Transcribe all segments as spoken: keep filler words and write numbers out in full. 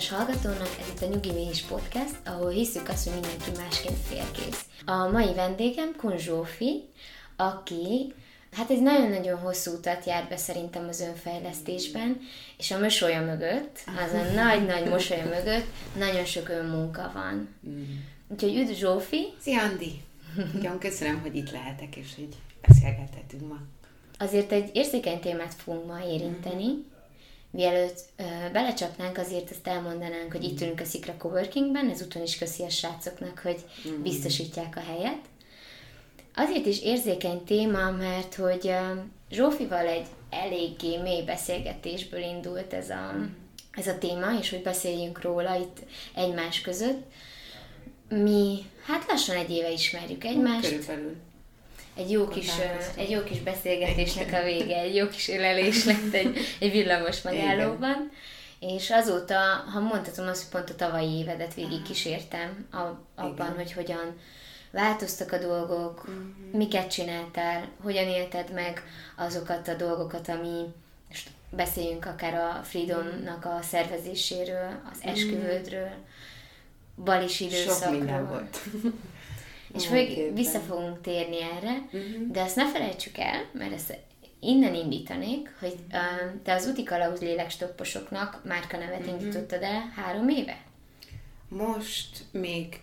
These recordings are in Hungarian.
kedves hallgatónak, ez itt a Nyugi Mégis Podcast, ahol hiszük azt, hogy mindenki másként félkész. A mai vendégem Kun Zsófi, aki hát egy nagyon-nagyon hosszú utat járt be szerintem az önfejlesztésben, és a mosolya mögött, az a nagy-nagy mosolya mögött nagyon sok önmunka van. Mm. Úgyhogy üdv Zsófi! Szia Andi! Nagyon köszönöm, hogy itt lehetek, és hogy beszélgethetünk ma. Azért egy érzékeny témát fogunk ma érinteni. Mm. Mielőtt ö, belecsapnánk, azért azt elmondanánk, hogy itt ülünk a Szikra Coworkingben, ezúton is köszi a srácoknak, hogy mm. biztosítják a helyet. Azért is érzékeny téma, mert hogy uh, Zsófival egy eléggé mély beszélgetésből indult ez a, mm. ez a téma, és hogy beszéljünk róla itt egymás között. Mi hát lassan egy éve ismerjük egymást. Körülbelül. Egy jó, kis, egy jó kis beszélgetésnek a vége, egy jó kis ölelés lett egy, egy villamos megállóban. És azóta, ha mondhatom azt, hogy pont a tavalyi évedet végig kísértem abban, igen, hogy hogyan változtak a dolgok, uh-huh. miket csináltál, hogyan élted meg azokat a dolgokat, ami, most beszéljünk akár a Freedomnak a szervezéséről, az esküvődről, balis időszakról. Sok minden volt. És még vissza fogunk térni erre, uh-huh. de azt ne felejtsük el, mert ezt innen indítanék, hogy uh, te az Úti Kalauz Lélekstopposoknak márkanevet uh-huh. indítottad el három éve? Most még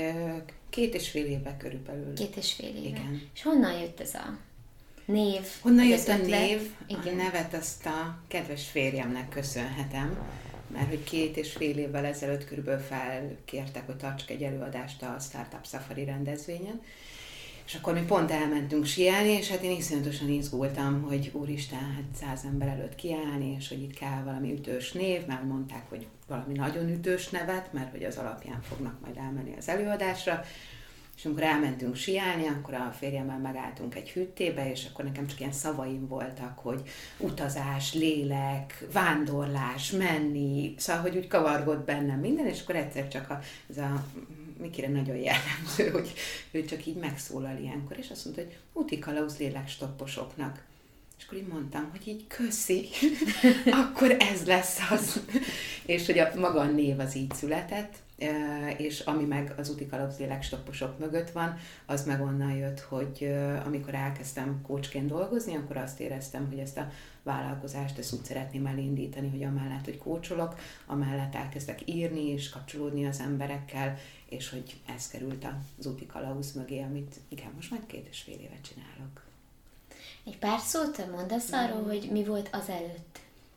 két és fél éve körülbelül. Két és fél éve. Igen. És honnan jött ez a név? Honnan jött a név? Igen. A nevet azt a kedves férjemnek köszönhetem, mert hogy két és fél évvel ezelőtt körülbelül felkértek, hogy tartsak egy előadást a Startup Safari rendezvényen, és akkor mi pont elmentünk síelni, és hát én iszonyatosan izgultam, hogy úristen, hát száz ember előtt kiállni, és hogy itt kell valami ütős név, mert mondták, hogy valami nagyon ütős nevet, mert hogy az alapján fognak majd elmenni az előadásra. És amikor elmentünk síelni, akkor a férjemmel megálltunk egy hűtébe, és akkor nekem csak ilyen szavaim voltak, hogy utazás, lélek, vándorlás, menni, szóval, hogy úgy kavargott bennem minden, és akkor egyszer csak a, ez a Mikire nagyon jellemző, hogy ő csak így megszólal ilyenkor, és azt mondta, hogy Úti Kalauz Lélekstopposoknak. És akkor így mondtam, hogy így köszi, akkor ez lesz az. És hogy a maga a név az így született, és ami meg az Úti Kalauz Lélekstopposok mögött van, az meg onnan jött, hogy amikor elkezdtem coachként dolgozni, akkor azt éreztem, hogy ezt a vállalkozást ezt úgy szeretném elindítani, hogy amellett, hogy coacholok, amellett elkezdek írni és kapcsolódni az emberekkel, és hogy ez került az Úti Kalauz mögé, amit igen, most már két és fél évet csinálok. Egy pár szót mondasz arról, mm. hogy mi volt azelőtt?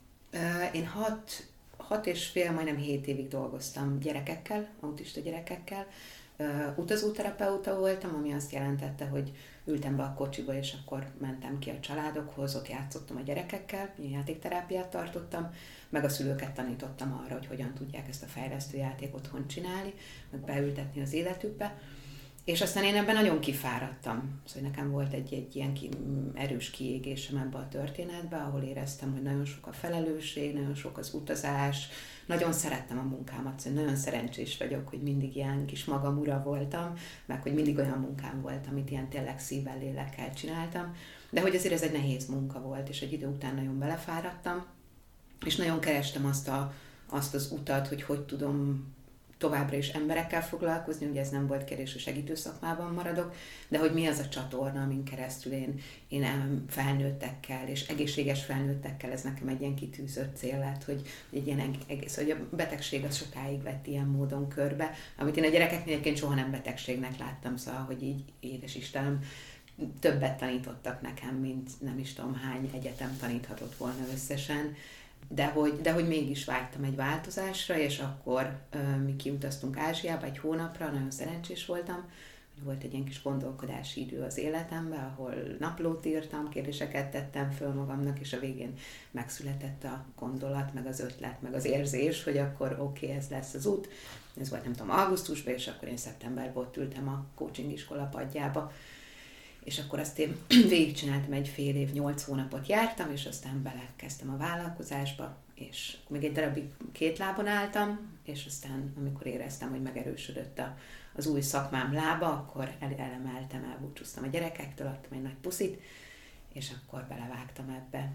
Én hat, hat és fél, majdnem hét évig dolgoztam gyerekekkel, autista gyerekekkel. Utazóterapeuta voltam, ami azt jelentette, hogy ültem be a kocsiba, és akkor mentem ki a családokhoz, ott játszottam a gyerekekkel, játékterápiát tartottam, meg a szülőket tanítottam arra, hogy hogyan tudják ezt a fejlesztő játék otthon csinálni, meg beültetni az életükbe. És aztán én ebben nagyon kifáradtam. Szóval nekem volt egy, egy ilyen ki, erős kiégésem ebbe a történetbe, ahol éreztem, hogy nagyon sok a felelősség, nagyon sok az utazás, nagyon szerettem a munkámat, szóval nagyon szerencsés vagyok, hogy mindig ilyen kis magamura voltam, meg hogy mindig olyan munkám volt, amit ilyen tényleg szívvel, lélekkel csináltam, de hogy azért ez egy nehéz munka volt, és egy idő után nagyon belefáradtam, és nagyon kerestem azt, a, azt az utat, hogy hogy tudom továbbra is emberekkel foglalkozni, ugye ez nem volt kérdés, hogy segítő szakmában maradok, de hogy mi az a csatorna, amin keresztül én, én felnőttekkel, és egészséges felnőttekkel, ez nekem egy ilyen kitűzött cél lett, hogy egy ilyen egész, hogy a betegség az sokáig vett ilyen módon körbe, amit én a gyerekeknél egyébként soha nem betegségnek láttam, szóval, hogy így édes Istenem, többet tanítottak nekem, mint nem is tudom hány egyetem taníthatott volna összesen, De hogy, de hogy mégis vágytam egy változásra, és akkor uh, mi kiutaztunk Ázsiába egy hónapra, nagyon szerencsés voltam, volt egy ilyen kis gondolkodási idő az életemben, ahol naplót írtam, kérdéseket tettem föl magamnak, és a végén megszületett a gondolat, meg az ötlet, meg az érzés, hogy akkor oké, okay, ez lesz az út. Ez volt nem tudom, augusztusban, és akkor én szeptemberben ott ültem a coaching iskola padjába, és akkor azt én végigcsináltam egy fél év, nyolc hónapot jártam, és aztán belekezdtem a vállalkozásba, és még egy darabig két lábon álltam, és aztán, amikor éreztem, hogy megerősödött a, az új szakmám lába, akkor el, elemeltem, elbúcsúztam a gyerekektől, adtam egy nagy puszit, és akkor belevágtam ebbe.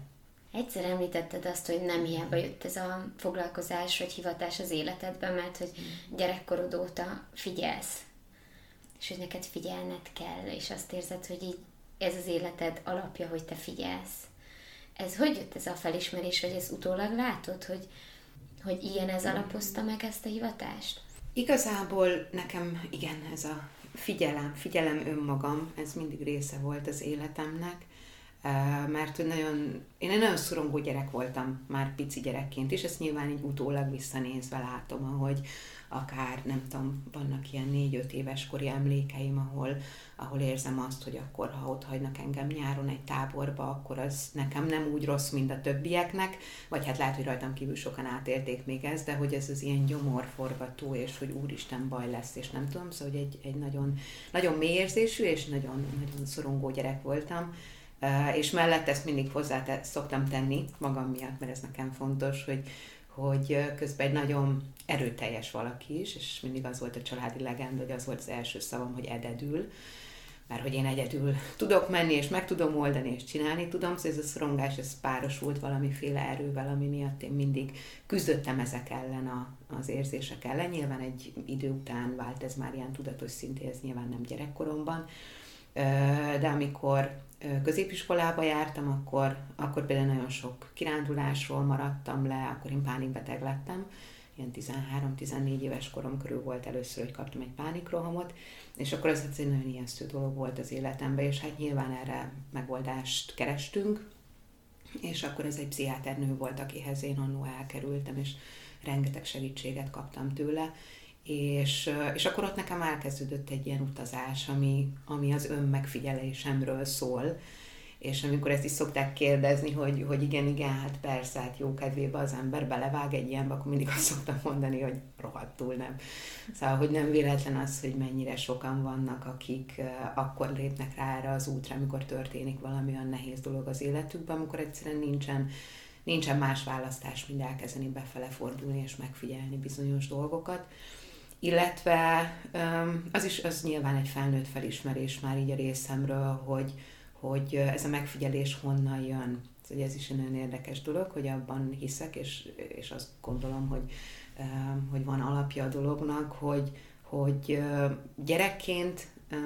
Egyszer említetted azt, hogy nem hiába jött ez a foglalkozás vagy hivatás az életedbe, mert hogy gyerekkorod óta figyelsz, és hogy neked figyelned kell, és azt érzed, hogy így ez az életed alapja, hogy te figyelsz. Ez hogy jött ez a felismerés, vagy ez utólag látod, hogy, hogy ilyen ez alapozta meg ezt a hivatást? Igazából nekem igen, ez a figyelem, figyelem önmagam, ez mindig része volt az életemnek, mert nagyon, én egy nagyon szorongó gyerek voltam már pici gyerekként is, ezt nyilván így utólag visszanézve látom, ahogy akár, nem tudom, vannak ilyen négy-öt éves kori emlékeim, ahol, ahol érzem azt, hogy akkor, ha ott hagynak engem nyáron egy táborba, akkor az nekem nem úgy rossz, mint a többieknek, vagy hát lehet, hogy rajtam kívül sokan átélték még ezt, de hogy ez az ilyen gyomorforgató, és hogy úristen baj lesz, és nem tudom, szóval hogy egy, egy nagyon, nagyon mély érzésű, és nagyon, nagyon szorongó gyerek voltam, és mellett ezt mindig hozzá szoktam tenni magam miatt, mert ez nekem fontos, hogy, hogy közben egy nagyon erőteljes valaki is, és mindig az volt a családi legenda, hogy az volt az első szavam, hogy egyedül, mert hogy én egyedül tudok menni, és meg tudom oldani, és csinálni tudom, szóval ez a szorongás, ez párosult valamiféle erővel, ami miatt én mindig küzdöttem ezek ellen, a, az érzések ellen. Nyilván egy idő után vált ez már ilyen tudatos szinté, ez nyilván nem gyerekkoromban, de amikor középiskolába jártam, akkor, akkor például nagyon sok kirándulásról maradtam le, akkor én pánikbeteg lettem, ilyen tizenhárom-tizennégy éves korom körül volt először, hogy kaptam egy pánikrohamot, és akkor ez egy nagyon ijesztő dolog volt az életemben, és hát nyilván erre megoldást kerestünk, és akkor ez egy pszichiáternő volt, akihez én annó elkerültem, és rengeteg segítséget kaptam tőle, És, és akkor ott nekem elkezdődött egy ilyen utazás, ami, ami az önmegfigyelésemről szól, és amikor ezt is szokták kérdezni, hogy, hogy igen, igen, hát persze, hát jó kedvébe az ember belevág egy ilyenbe, akkor mindig azt szoktam mondani, hogy rohadtul nem. Szóval, hogy nem véletlen az, hogy mennyire sokan vannak, akik akkor lépnek rá erre az útra, amikor történik valami olyan nehéz dolog az életükben, amikor egyszerűen nincsen, nincsen más választás, mint elkezdeni befele fordulni és megfigyelni bizonyos dolgokat. Illetve az is az nyilván egy felnőtt felismerés már így a részemről, hogy, hogy ez a megfigyelés honnan jön. Szóval ez is egy nagyon érdekes dolog, hogy abban hiszek, és, és azt gondolom, hogy, hogy van alapja a dolognak, hogy, hogy gyerekként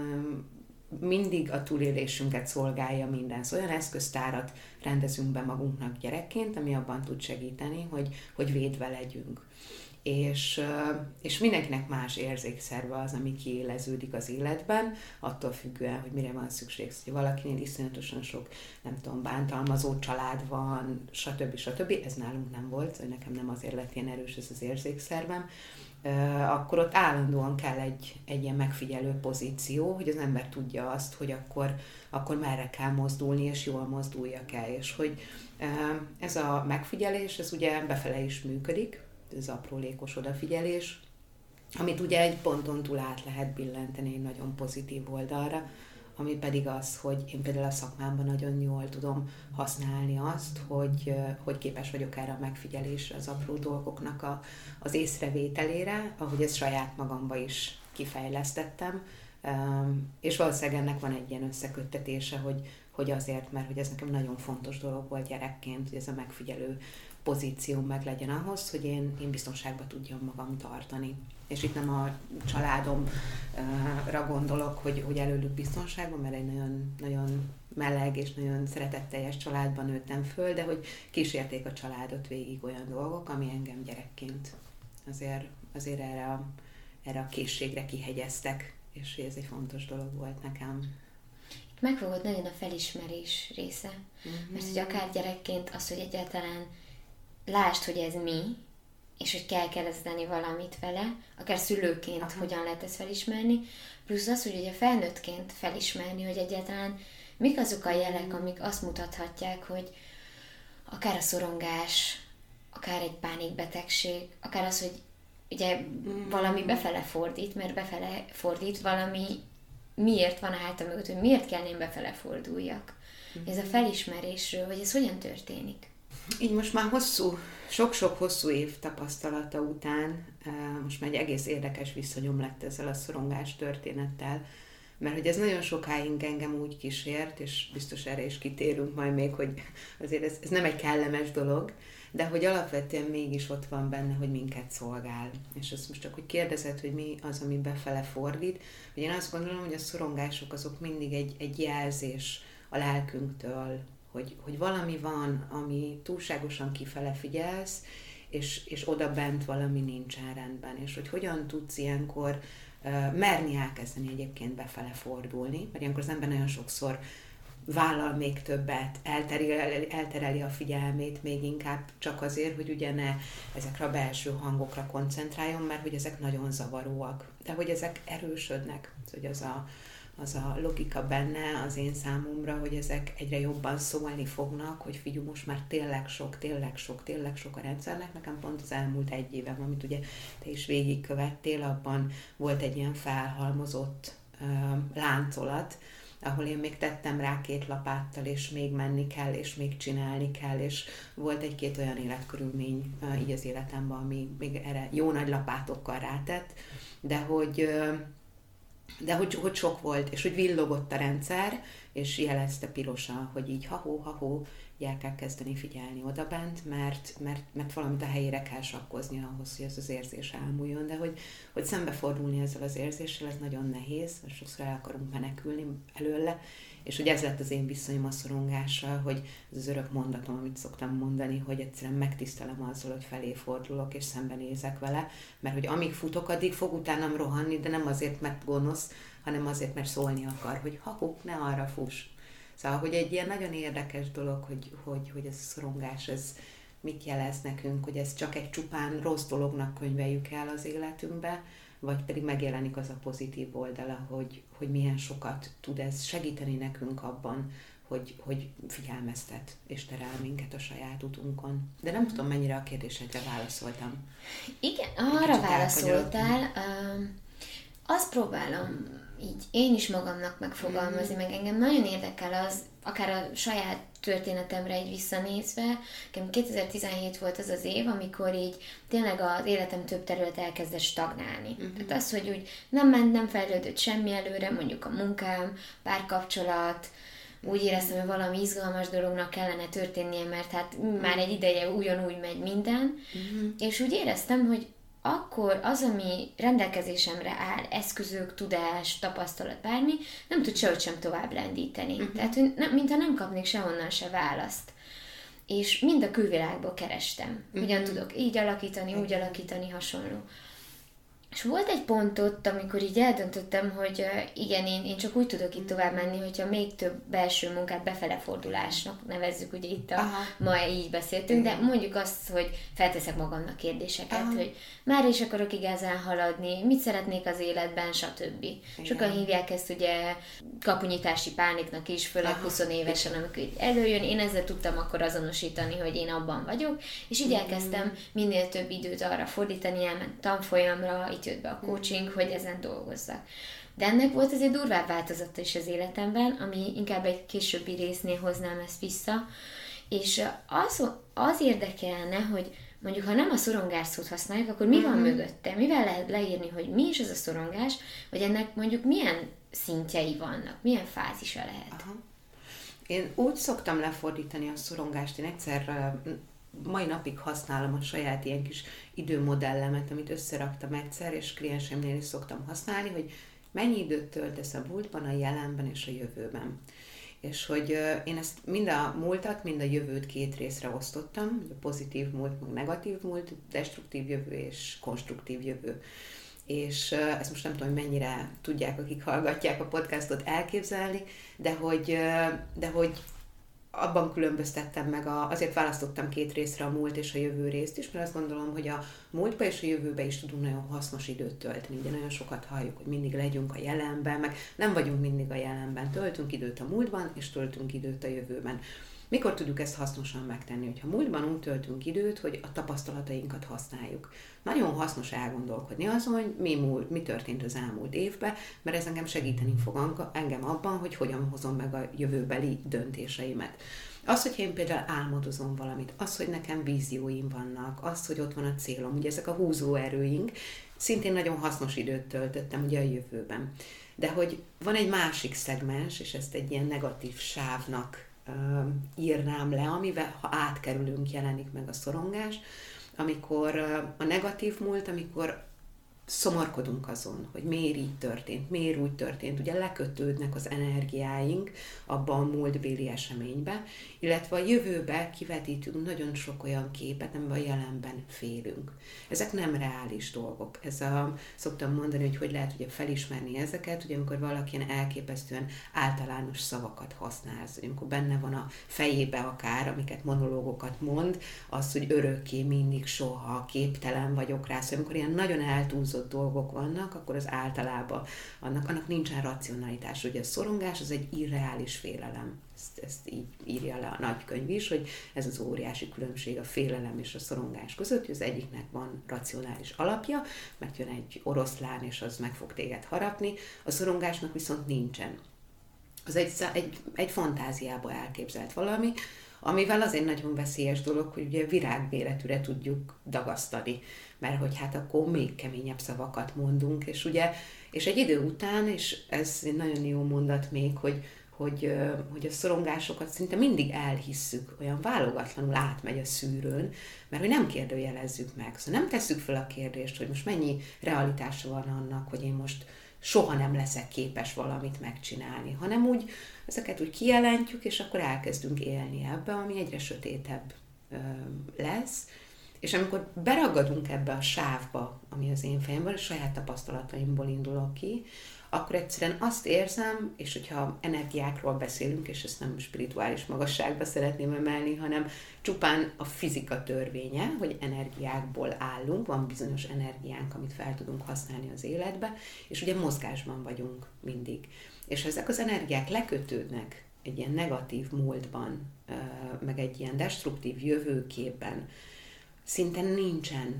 mindig a túlélésünket szolgálja minden. Szóval olyan eszköztárat rendezünk be magunknak gyerekként, ami abban tud segíteni, hogy, hogy védve legyünk. És, és mindenkinek más érzékszerve az, ami kiéleződik az életben, attól függően, hogy mire van szükség. Szóval valakinél iszonyatosan sok, nem tudom, bántalmazó család van, stb. stb. Ez nálunk nem volt, hogy nekem nem azért lett ilyen erős ez az érzékszervem, akkor ott állandóan kell egy, egy ilyen megfigyelő pozíció, hogy az ember tudja azt, hogy akkor, akkor merre kell mozdulni, és jól mozduljak el. És hogy ez a megfigyelés, ez ugye befele is működik, ez aprólékos odafigyelés, amit ugye egy ponton túl át lehet billenteni egy nagyon pozitív oldalra, ami pedig az, hogy én például a szakmámban nagyon jól tudom használni azt, hogy, hogy képes vagyok erre a megfigyelésre, az apró dolgoknak a, az észrevételére, ahogy ezt saját magamba is kifejlesztettem, és valószínűleg ennek van egy ilyen összeköttetése, hogy, hogy azért, mert hogy ez nekem nagyon fontos dolog volt gyerekként, hogy ez a megfigyelő pozíció meg legyen ahhoz, hogy én, én biztonságban tudjam magam tartani. És itt nem a családomra gondolok, hogy, hogy előlük biztonságban, mert egy nagyon, nagyon meleg és nagyon szeretetteljes családban nőttem föl, de hogy kísérték a családot végig olyan dolgok, ami engem gyerekként azért, azért erre, a, erre a készségre kihegyeztek, és ez egy fontos dolog volt nekem. Itt megfogod nagyon a felismerés része, mm-hmm. mert hogy akár gyerekként az, hogy egyáltalán lásd, hogy ez mi, és hogy kell kezdeni valamit vele, akár szülőként Aha. hogyan lehet ezt felismerni, plusz az, hogy ugye felnőttként felismerni, hogy egyáltalán mik azok a jelek, amik azt mutathatják, hogy akár a szorongás, akár egy pánikbetegség, akár az, hogy ugye valami befele fordít, mert befele fordít valami, miért van a hátam mögött, hogy miért kell én befele forduljak. Ez a felismerésről, hogy ez hogyan történik. Így most már hosszú, sok-sok hosszú év tapasztalata után, most már egy egész érdekes viszonyom lett ezzel a szorongás történettel, Mert hogy ez nagyon sokáig engem úgy kísért, és biztos erre is kitérünk majd még, hogy azért ez, ez nem egy kellemes dolog, de hogy alapvetően mégis ott van benne, hogy minket szolgál. És azt most csak, hogy kérdezed, hogy mi az, ami befele fordít, hogy én azt gondolom, hogy a szorongások azok mindig egy, egy jelzés a lelkünktől, hogy, hogy valami van, ami túlságosan kifele figyelsz, és, és oda bent valami nincsen rendben. És hogy hogyan tudsz ilyenkor uh, merni elkezdeni egyébként befele fordulni, mert ilyenkor az ember nagyon sokszor vállal még többet, eltereli, eltereli a figyelmét még inkább csak azért, hogy ugye ne ezekre a belső hangokra koncentráljon, mert hogy ezek nagyon zavaróak, de hogy ezek erősödnek, hogy az a, az a logika benne az én számomra, hogy ezek egyre jobban szólni fognak, hogy figyelj, most már tényleg sok, tényleg sok, tényleg sok a rendszernek. Nekem pont az elmúlt egy évem, amit ugye te is végigkövettél, abban volt egy ilyen felhalmozott uh, láncolat, ahol én még tettem rá két lapáttal, és még menni kell, és még csinálni kell, és volt egy-két olyan életkörülmény uh, így az életemben, ami még erre jó nagy lapátokkal rátett, de hogy uh, de hogy, hogy sok volt, és hogy villogott a rendszer, és jelezte pirosan, hogy így ha-hó, ha-hó, el kell kezdeni figyelni odabent, mert, mert, mert valamit a helyére kell sakkozni ahhoz, hogy ez az érzés elmúljon, de hogy, hogy szembefordulni ezzel az érzéssel, ez nagyon nehéz, és sokszor el akarunk menekülni előle, és hogy ez lett az én viszonyom a szorongással, hogy ez az örök mondatom, amit szoktam mondani, hogy egyszerűen megtisztelem azzal, hogy felé fordulok, és szembenézek vele, mert hogy amíg futok, addig fog utánam rohanni, de nem azért, mert gonosz, hanem azért, mert szólni akar, hogy ha ne arra fuss. Szóval, hogy egy ilyen nagyon érdekes dolog, hogy, hogy, hogy ez a szorongás, ez mit jelez nekünk, hogy ez csak egy csupán rossz dolognak könyveljük el az életünkbe, vagy pedig megjelenik az a pozitív oldala, hogy, hogy milyen sokat tud ez segíteni nekünk abban, hogy, hogy figyelmeztet és terel minket a saját utunkon. De nem tudom, mennyire a kérdésedre válaszoltam. Igen, arra válaszoltál. Uh, azt próbálom így én is magamnak megfogalmazni, mm-hmm. meg engem nagyon érdekel az, akár a saját történetemre így visszanézve, nekem kétezer-tizenhét volt az az év, amikor így tényleg az életem több terület elkezdett stagnálni. Mm-hmm. Tehát az, hogy úgy nem ment, nem fejlődött semmi előre, mondjuk a munkám, párkapcsolat, úgy éreztem, hogy valami izgalmas dolognak kellene történnie, mert hát mm-hmm. már egy ideje ugyanúgy megy minden, mm-hmm. és úgy éreztem, hogy akkor az, ami rendelkezésemre áll, eszközök, tudás, tapasztalat, bármi, nem tud sehogy sem tovább lendíteni. Uh-huh. Tehát, hogy nem, mintha nem kapnék sehonnan se választ. És mind a külvilágból kerestem. Hogyan uh-huh. tudok így alakítani, úgy alakítani, hasonló. És volt egy pont ott, amikor így eldöntöttem, hogy igen, én, én csak úgy tudok itt tovább menni, hogyha még több belső munkát befele fordulásnak nevezzük, ugye itt a, ma így beszéltünk, de mondjuk azt, hogy felteszek magamnak kérdéseket, Aha. hogy már is akarok igazán haladni, mit szeretnék az életben, stb. Igen. Sokan hívják ezt ugye kapunyítási pániknak is, főleg Aha. húsz évesen, amikor így előjön. Én ezzel tudtam akkor azonosítani, hogy én abban vagyok, és így elkezdtem minél több időt arra fordítani, elment tanfolyamra, itt jött be a coaching, hogy ezen dolgozzak. De ennek volt azért durvább változata is az életemben, ami inkább egy későbbi résznél hoznám ezt vissza, és az, az érdekelne, hogy mondjuk, ha nem a szorongás szót használjuk, akkor mi uh-huh. van mögötte? Mivel lehet leírni, hogy mi is ez a szorongás, vagy ennek mondjuk milyen szintjei vannak, milyen fázisa lehet? Aha. Én úgy szoktam lefordítani a szorongást, én egyszer mai napig használom a saját ilyen kis időmodellemet, amit összeraktam egyszer, és klienseimnél is szoktam használni, hogy mennyi időt töltesz a múltban, a jelenben és a jövőben. És hogy én ezt mind a múltat, mind a jövőt két részre osztottam, a pozitív múlt, meg negatív múlt, destruktív jövő és konstruktív jövő. És ezt most nem tudom, hogy mennyire tudják, akik hallgatják a podcastot elképzelni, de hogy, de hogy abban különböztettem meg, a, azért választottam két részre a múlt és a jövő részt is, mert azt gondolom, hogy a múltba és a jövőbe is tudunk nagyon hasznos időt tölteni. Ugye nagyon sokat halljuk, hogy mindig legyünk a jelenben, meg nem vagyunk mindig a jelenben. Töltünk időt a múltban, és töltünk időt a jövőben. Mikor tudjuk ezt hasznosan megtenni? Hogyha múltban úgy töltünk időt, hogy a tapasztalatainkat használjuk. Nagyon hasznos elgondolkodni azon, hogy mi, múlt, mi történt az elmúlt évben, mert ez engem segíteni fog engem abban, hogy hogyan hozom meg a jövőbeli döntéseimet. Az, hogy én például álmodozom valamit, az, hogy nekem vízióim vannak, az, hogy ott van a célom, ugye ezek a húzóerőink, szintén nagyon hasznos időt töltöttem ugye a jövőben. De hogy van egy másik szegmens, és ezt egy ilyen negatív sávnak uh, írnám le, amivel ha átkerülünk, jelenik meg a szorongás, amikor uh, a negatív múlt, amikor szomorkodunk azon, hogy miért így történt, miért úgy történt. Ugye lekötődnek az energiáink abba a múltbéli eseménybe, illetve a jövőbe kivetítünk nagyon sok olyan képet, amiben a jelenben félünk. Ezek nem reális dolgok. Ez a, szoktam mondani, hogy hogy lehet ugye felismerni ezeket, ugye amikor valaki ilyen elképesztően általános szavakat használ, hogy amikor benne van a fejébe akár, amiket monológokat mond, az, hogy örökké, mindig, soha, képtelen vagyok rá, szóval amikor ilyen nagyon eltúlzott dolgok vannak, akkor az általában annak, annak nincsen racionalitás. Ugye a szorongás az egy irreális félelem. Ezt, ezt így írja le a nagykönyv is, hogy ez az óriási különbség a félelem és a szorongás között, hogy az egyiknek van racionális alapja, mert jön egy oroszlán, és az meg fog téged harapni, a szorongásnak viszont nincsen. Az egy, egy, egy fantáziába elképzelt valami, amivel azért nagyon veszélyes dolog, hogy ugye virágméretűre tudjuk dagasztani, mert hogy hát akkor még keményebb szavakat mondunk, és ugye, és egy idő után, és ez egy nagyon jó mondat még, hogy, hogy, hogy a szorongásokat szinte mindig elhisszük, olyan válogatlanul átmegy a szűrőn, mert hogy nem kérdőjelezzük meg, szóval nem tesszük fel a kérdést, hogy most mennyi realitása van annak, hogy én most soha nem leszek képes valamit megcsinálni, hanem úgy ezeket úgy kijelentjük, és akkor elkezdünk élni ebbe, ami egyre sötétebb ö, lesz. És amikor beragadunk ebbe a sávba, ami az én fejemben, a saját tapasztalataimból indulok ki, akkor egyszerűen azt érzem, és hogyha energiákról beszélünk, és ezt nem spirituális magasságba szeretném emelni, hanem csupán a fizika törvénye, hogy energiákból állunk, van bizonyos energiánk, amit fel tudunk használni az életbe, és ugye mozgásban vagyunk mindig. És ha ezek az energiák lekötődnek egy ilyen negatív múltban, meg egy ilyen destruktív jövőképben, szinte nincsen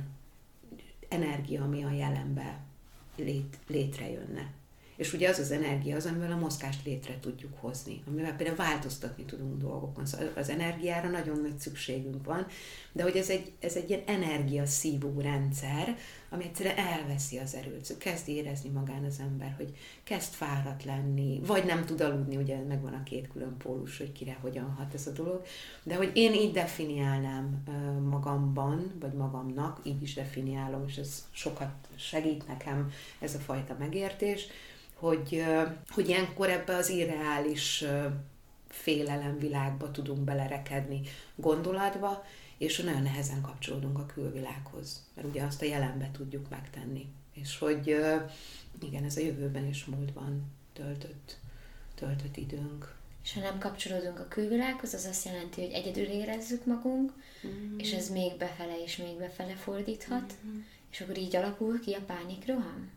energia, ami a jelenbe lét, létrejönne. És ugye az az energia az, amivel a mozgást létre tudjuk hozni, amivel például változtatni tudunk dolgokon. Szóval az energiára nagyon nagy szükségünk van, de hogy ez egy, ez egy ilyen energiaszívó rendszer, ami egyszerűen elveszi az erőt. Kezd érezni magán az ember, hogy kezd fáradt lenni, vagy nem tud aludni, ugye megvan a két külön pólus, hogy kire hogyan hat ez a dolog, de hogy én így definiálnám magamban, vagy magamnak, így is definiálom, és ez sokat segít nekem, ez a fajta megértés, hogy, hogy ilyenkor ebbe az irreális félelemvilágba tudunk belerekedni gondolatba, és nagyon nehezen kapcsolódunk a külvilághoz, mert ugye azt a jelenbe tudjuk megtenni. És hogy igen, ez a jövőben és múltban töltött, töltött időnk. És ha nem kapcsolódunk a külvilághoz, az azt jelenti, hogy egyedül érezzük magunk, mm-hmm. és ez még befele és még befele fordíthat, mm-hmm. és akkor így alakul ki a pánikroham?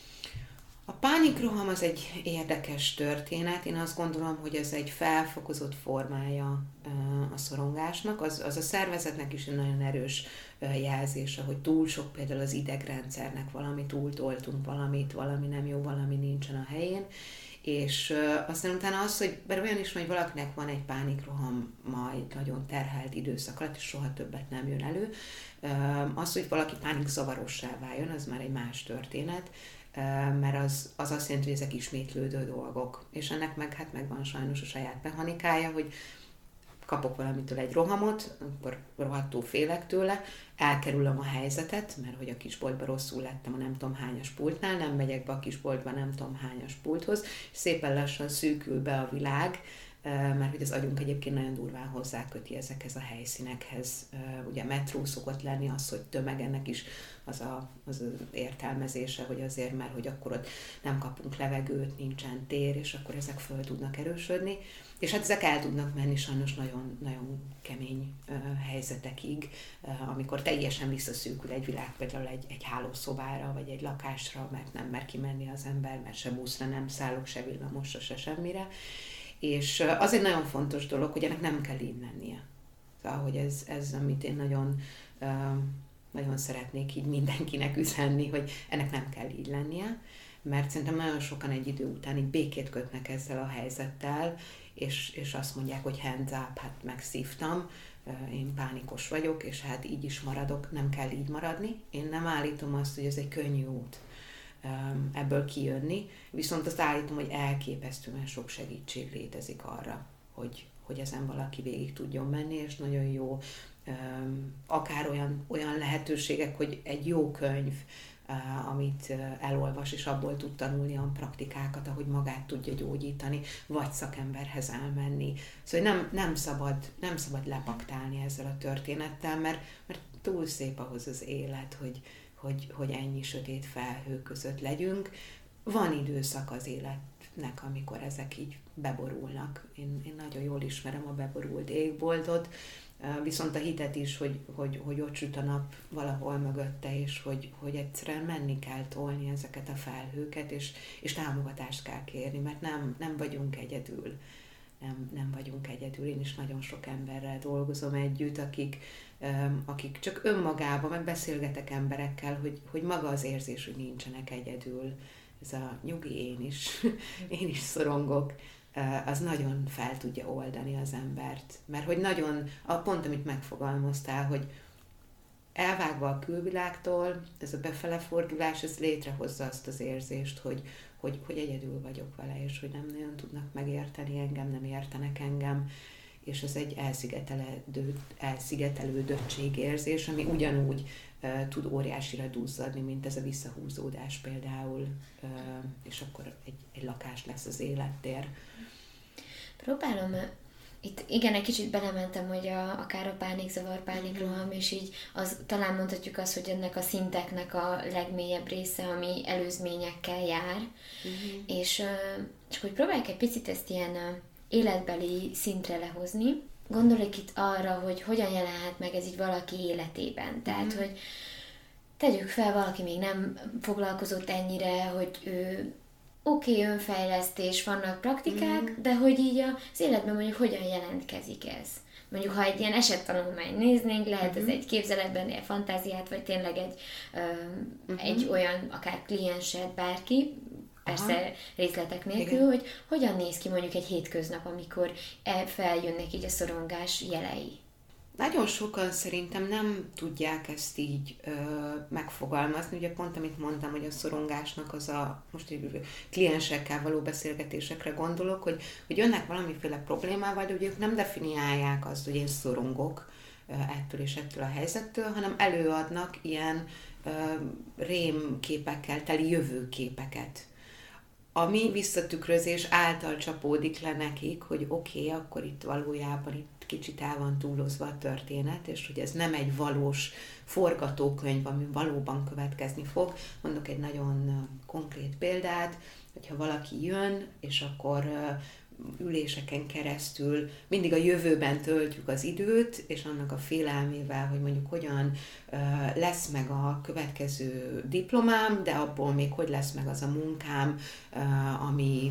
A pánikroham az egy érdekes történet. Én azt gondolom, hogy ez egy felfokozott formája a szorongásnak. Az, az a szervezetnek is egy nagyon erős jelzése, hogy túl sok például az idegrendszernek valami, túltoltunk valamit, valami nem jó, valami nincsen a helyén. És aztán utána az, hogy bár olyan is, hogy valakinek van egy pánikroham majd nagyon terhelt időszak alatt, és soha többet nem jön elő. Az, hogy valaki pánikzavarossá váljon, az már egy más történet, mert az, az azt jelenti, hogy ezek ismétlődő dolgok. És ennek meg, hát megvan sajnos a saját mechanikája, hogy kapok valamitől egy rohamot, akkor rohadtul félek tőle, elkerülöm a helyzetet, mert hogy a kisboltban rosszul lettem a nem tudom hányas pultnál, nem megyek be a kisboltba nem tudom hányas pulthoz, és szépen lassan szűkül be a világ, mert hogy az agyunk egyébként nagyon durván hozzáköti ezekhez a helyszínekhez. Ugye metró szokott lenni az, hogy tömeg, ennek is az, a, az értelmezése, hogy azért, mert hogy akkor ott nem kapunk levegőt, nincsen tér, és akkor ezek föl tudnak erősödni. És hát ezek el tudnak menni sajnos nagyon, nagyon kemény helyzetekig, amikor teljesen visszaszűkül egy világ, például egy, egy hálószobára, vagy egy lakásra, mert nem mer kimenni az ember, mert se buszra nem szállok, se villamosra, se semmire. És az egy nagyon fontos dolog, hogy ennek nem kell így lennie. Szóval, hogy ez, ez amit én nagyon, nagyon szeretnék így mindenkinek üzenni, hogy ennek nem kell így lennie, mert szerintem nagyon sokan egy idő után így békét kötnek ezzel a helyzettel, és, és azt mondják, hogy hands up, hát megszívtam, én pánikos vagyok, és hát így is maradok, nem kell így maradni. Én nem állítom azt, hogy ez egy könnyű út. ebből kijönni, viszont azt állítom, hogy elképesztően sok segítség létezik arra, hogy, hogy ezen valaki végig tudjon menni, és nagyon jó, akár olyan, olyan lehetőségek, hogy egy jó könyv, amit elolvas, és abból tud tanulni olyan praktikákat, ahogy magát tudja gyógyítani, vagy szakemberhez elmenni. Szóval nem, nem, szabad, nem szabad lepaktálni ezzel a történettel, mert, mert túl szép ahhoz az élet, hogy, hogy, hogy ennyi sötét felhő között legyünk. Van időszak az életnek, amikor ezek így beborulnak. Én, én nagyon jól ismerem a beborult égboltot, viszont a hitet is, hogy, hogy, hogy ott süt a nap valahol mögötte, és hogy, hogy egyszerűen menni kell tolni ezeket a felhőket, és, és támogatást kell kérni, mert nem, nem vagyunk egyedül. Nem, nem vagyunk egyedül. Én is nagyon sok emberrel dolgozom együtt, akik, akik csak önmagában, meg beszélgetek emberekkel, hogy, hogy maga az érzés, hogy nincsenek egyedül. Ez a nyugi, én is, én is szorongok, az nagyon fel tudja oldani az embert. Mert hogy nagyon, a pont, amit megfogalmaztál, hogy elvágva a külvilágtól, ez a befele fordulás, ez létrehozza azt az érzést, hogy, hogy, hogy egyedül vagyok vele, és hogy nem nagyon tudnak megérteni engem, nem értenek engem, és ez egy elszigetelődő, elszigetelődöttség érzés, ami ugyanúgy uh, tud óriásira duzzadni, mint ez a visszahúzódás például, uh, és akkor egy, egy lakás lesz az élettér. Próbálom, itt igen, egy kicsit belementem, hogy a, akár a pánikzavar, pánikroham, és így az, talán mondhatjuk azt, hogy ennek a szinteknek a legmélyebb része, ami előzményekkel jár, uh-huh. és, és hogy próbáljuk egy picit ezt ilyen életbeli szintre lehozni. Gondolok itt arra, hogy hogyan jelenhet meg ez így valaki életében. Tehát, uh-huh. hogy tegyük fel, valaki még nem foglalkozott ennyire, hogy ő oké, okay, önfejlesztés, vannak praktikák, mm. de hogy így az életben mondjuk hogyan jelentkezik ez. Mondjuk, ha egy ilyen esettanulmányt néznénk, lehet mm-hmm. ez egy képzeletben, egy fantáziát, vagy tényleg egy, ö, mm-hmm. egy olyan, akár kliensed, bárki, persze aha. részletek nélkül, igen. hogy hogyan néz ki mondjuk egy hétköznap, amikor feljönnek így a szorongás jelei. Nagyon sokan szerintem nem tudják ezt így ö, megfogalmazni. Ugye pont, amit mondtam, hogy a szorongásnak az a, most egy kliensekkel való beszélgetésekre gondolok, hogy, hogy jönnek valamiféle problémával, de ugye ők nem definiálják azt, hogy én szorongok ö, ettől és ettől a helyzettől, hanem előadnak ilyen ö, rémképekkel teli jövőképeket, ami visszatükrözés által csapódik le nekik, hogy oké, okay, akkor itt valójában itt kicsit el van túlozva a történet, és hogy ez nem egy valós forgatókönyv, ami valóban következni fog. Mondok egy nagyon konkrét példát, hogyha valaki jön, és akkor üléseken keresztül mindig a jövőben töltjük az időt, és annak a félelmével, hogy mondjuk hogyan lesz meg a következő diplomám, de abból még hogy lesz meg az a munkám, ami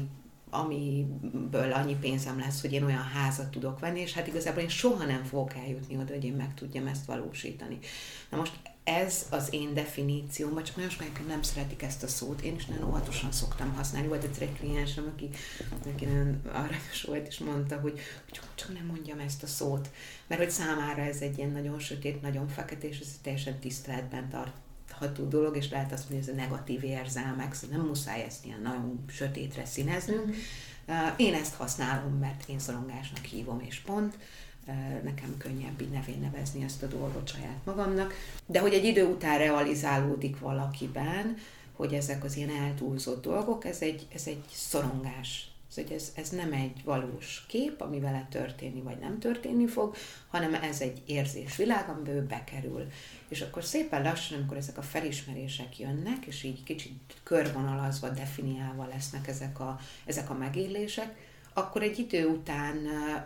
amiből annyi pénzem lesz, hogy én olyan házat tudok venni, és hát igazából én soha nem fogok eljutni oda, hogy én meg tudjam ezt valósítani. Na most ez az én definícióm, vagy csak nagyon sokan nem szeretik ezt a szót, én is nagyon óvatosan szoktam használni. Volt egyszer egy kliensem, aki, aki nagyon aranyos volt, és mondta, hogy csak, csak nem mondjam ezt a szót, mert hogy számára ez egy ilyen nagyon sötét, nagyon fekete, és ez teljesen tiszteletben tart. ható dolog, és lehet azt mondani, hogy ez a negatív érzelmek, szóval nem muszáj ezt ilyen nagyon sötétre színeznünk. Mm-hmm. Én ezt használom, mert én szorongásnak hívom, és pont. Nekem könnyebb így nevén nevezni ezt a dolgot saját magamnak. De hogy egy idő után realizálódik valakiben, hogy ezek az ilyen eltúlzott dolgok, ez egy, ez egy szorongás. Szóval ez, ez nem egy valós kép, ami vele történni vagy nem történni fog, hanem ez egy érzésvilág, amiben ő bekerül. És akkor szépen lassan, amikor ezek a felismerések jönnek, és így kicsit körvonalazva, definiálva lesznek ezek a, ezek a megélések, akkor egy idő után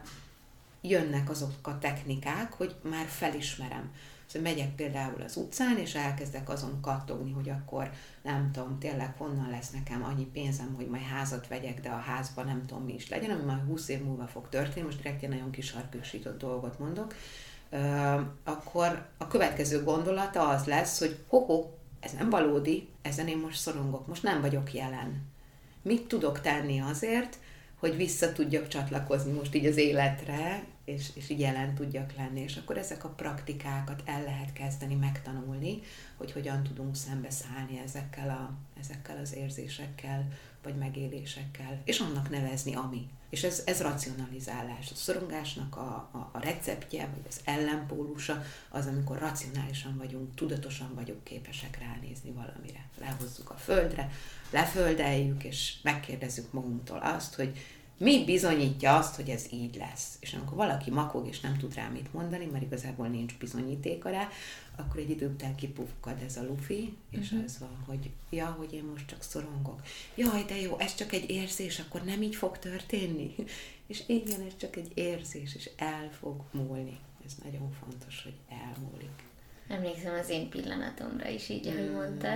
jönnek azok a technikák, hogy már felismerem. Szóval megyek például az utcán, és elkezdek azon kattogni, hogy akkor nem tudom, tényleg honnan lesz nekem annyi pénzem, hogy majd házat vegyek, de a házban nem tudom mi is legyen, ami majd húsz év múlva fog történni, most direkt egy nagyon kisarkősított dolgot mondok, uh, akkor a következő gondolata az lesz, hogy ho-ho, ez nem valódi, ezen én most szorongok, most nem vagyok jelen. Mit tudok tenni azért, hogy vissza tudjak csatlakozni most így az életre, és, és így jelen tudjak lenni. És akkor ezek a praktikákat el lehet kezdeni megtanulni, hogy hogyan tudunk szembeszállni ezekkel, a, ezekkel az érzésekkel, vagy megélésekkel, és annak nevezni, ami. És ez, ez racionalizálás. A szorongásnak a, a, a receptje, vagy az ellenpólusa az, amikor racionálisan vagyunk, tudatosan vagyunk képesek ránézni valamire. Lehozzuk a földre, leföldeljük, és megkérdezzük magunktól azt, hogy mi bizonyítja azt, hogy ez így lesz. És amikor valaki makog, és nem tud rá mit mondani, mert igazából nincs bizonyítéka rá, akkor egy idő után kipukkad ez a lufi, és uh-huh. az van, hogy ja, hogy én most csak szorongok. Jaj, de jó, ez csak egy érzés, akkor nem így fog történni. És igen, ez csak egy érzés, és el fog múlni. Ez nagyon fontos, hogy elmúlik. Emlékszem az én pillanatomra is, így, ahogy mm. mondtad.